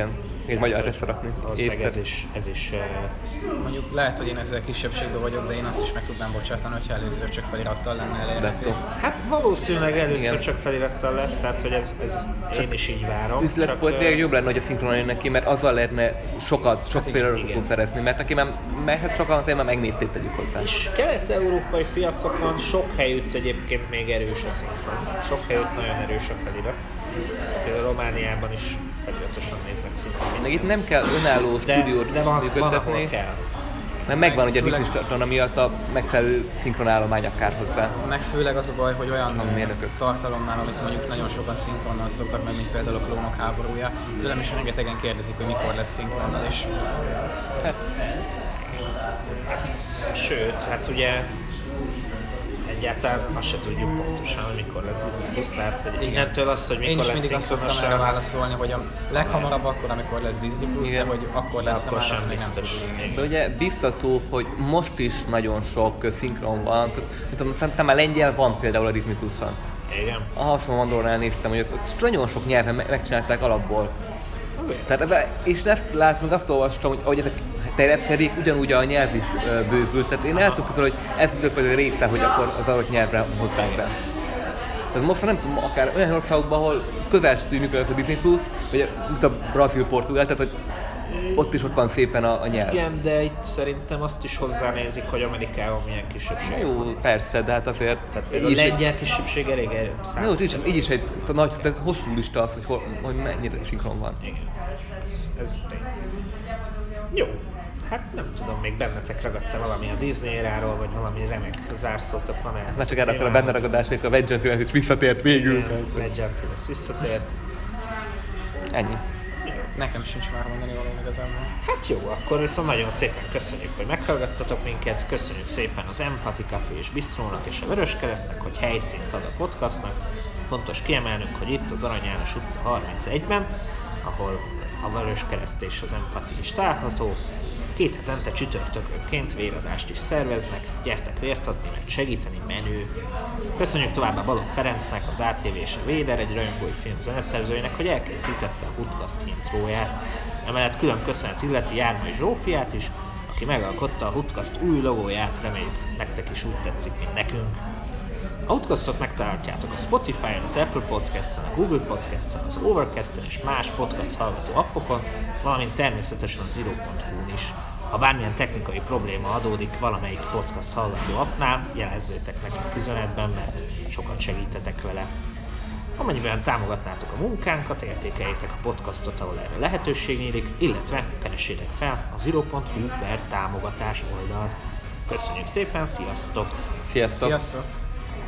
egy magyar összerakni. Valószínűleg ez is Mondjuk lehet, hogy én ezzel kisebbségben vagyok, de én azt is meg tudnám bocsátani, hogyha először csak felirattal lenne elérhető. Hát valószínűleg először Igen. csak felirattal lesz, tehát hogy ez én is így várom. Üzletpolitikai jobb lenne, hogy a szinkron jön neki, mert azzal lehetne sokféle rögtön szerezni, mert neki hát sokan már megnézték, tegyük hozzá. És kelet-európai piacokon sok helyütt egyébként még erős a szinkron. Sok helyütt nagyon erős a felirat. Például Romániában is feliratosan néznek szinkron. Meg itt nem kell önálló stúdiót működtetni, mert megvan ugye a Disney csatorna miatt a megfelelő szinkronállomány akár hozzá. Meg főleg az a baj, hogy olyan mérnökök tartalomnál, amit mondjuk nagyon sokan szinkronnal szoktak meg, mint például a Klónok háborúja, tőlem is rengetegen kérdezik, hogy mikor lesz szinkronnal, és... Sőt, hát ugye egyáltalán azt se tudjuk pontosan, hogy mikor lesz Disney Plus, tehát hogy innentől az, hogy mikor lesz mindig azt szoktam erre válaszolni, hogy a leghamarabb akkor, amikor lesz Disney Plus, de hogy akkor lesz akkor már, azt még nem biztos. tudjuk. De ugye biztató, hogy most is nagyon sok szinkron van, szerintem már lengyel van például a Disney Plus-on. Igen. A Halszon néztem, hogy ott nagyon sok nyelven megcsinálták alapból. Azért. Tehát, és azt olvastam, hogy ahogy ezek terjeszkedik, ugyanúgy a nyelv is bővült. Tehát én el tudom képzelni, hogy ez az a része, hogy akkor az adott nyelvre hozzák be. Tehát most már nem tudom, akár olyan országokban, ahol közel sem tűnik ez a Disney Plus, vagy a Brazil-Portugál, tehát hogy ott van szépen a nyelv. Igen, de itt szerintem azt is hozzánézik, hogy Amerikában milyen kisebbség. Jó, persze, de hát azért... Tehát a lengyel kisebbség elég jó, így is egy nagy, tehát hosszú lista az, hogy mennyire szinkron van. Igen. Ez tény. Jó. Hát nem tudom, még bennetek ragadt-e valami a Disney éráról, vagy valami remek zárszótok van-e? Na csak erre akkor a benne ragadásnak a Veg Gentiles is visszatért végül. Veg Gentiles visszatért. Ennyi. Nekem sincs már mondani való igazából. Hát jó, akkor viszont nagyon szépen köszönjük, hogy meghallgattatok minket, köszönjük szépen az Empathy Café és Bistrónak és a Vöröskeresztnek, hogy helyszínt ad a podcastnak. Fontos kiemelnünk, hogy itt az Arany János utca 31-ben, ahol a Vöröskereszt és az Empathy is található. 2 hetente csütörtökönként véradást is szerveznek, gyertek vért adni, meg segíteni, menő. Köszönjük továbbá Balogh Ferencnek, az ATV és a Véder, egy rajongói film zeneszerzőjének, hogy elkészítette a Hoodcast intróját. Emellett külön köszönet illeti Jármai Zsófiát is, aki megalkotta a Hoodcast új logóját, reméljük nektek is úgy tetszik, mint nekünk. A Hoodcastot megtaláljátok a Spotify-on, az Apple Podcast-en, a Google Podcast-en, az Overcast-en és más podcast hallgató appokon, valamint természetesen a Zero.hu-n is. Ha bármilyen technikai probléma adódik valamelyik podcast hallgató appnál, jelezzétek nekünk üzenetben, mert sokat segítetek vele. Amennyiben támogatnátok a munkánkat, értékeljétek a podcastot, ahol erre lehetőség nyílik, illetve keressétek fel a Zero.hu/támogatás oldalt. Köszönjük szépen, sziasztok! Sziasztok! Sziasztok!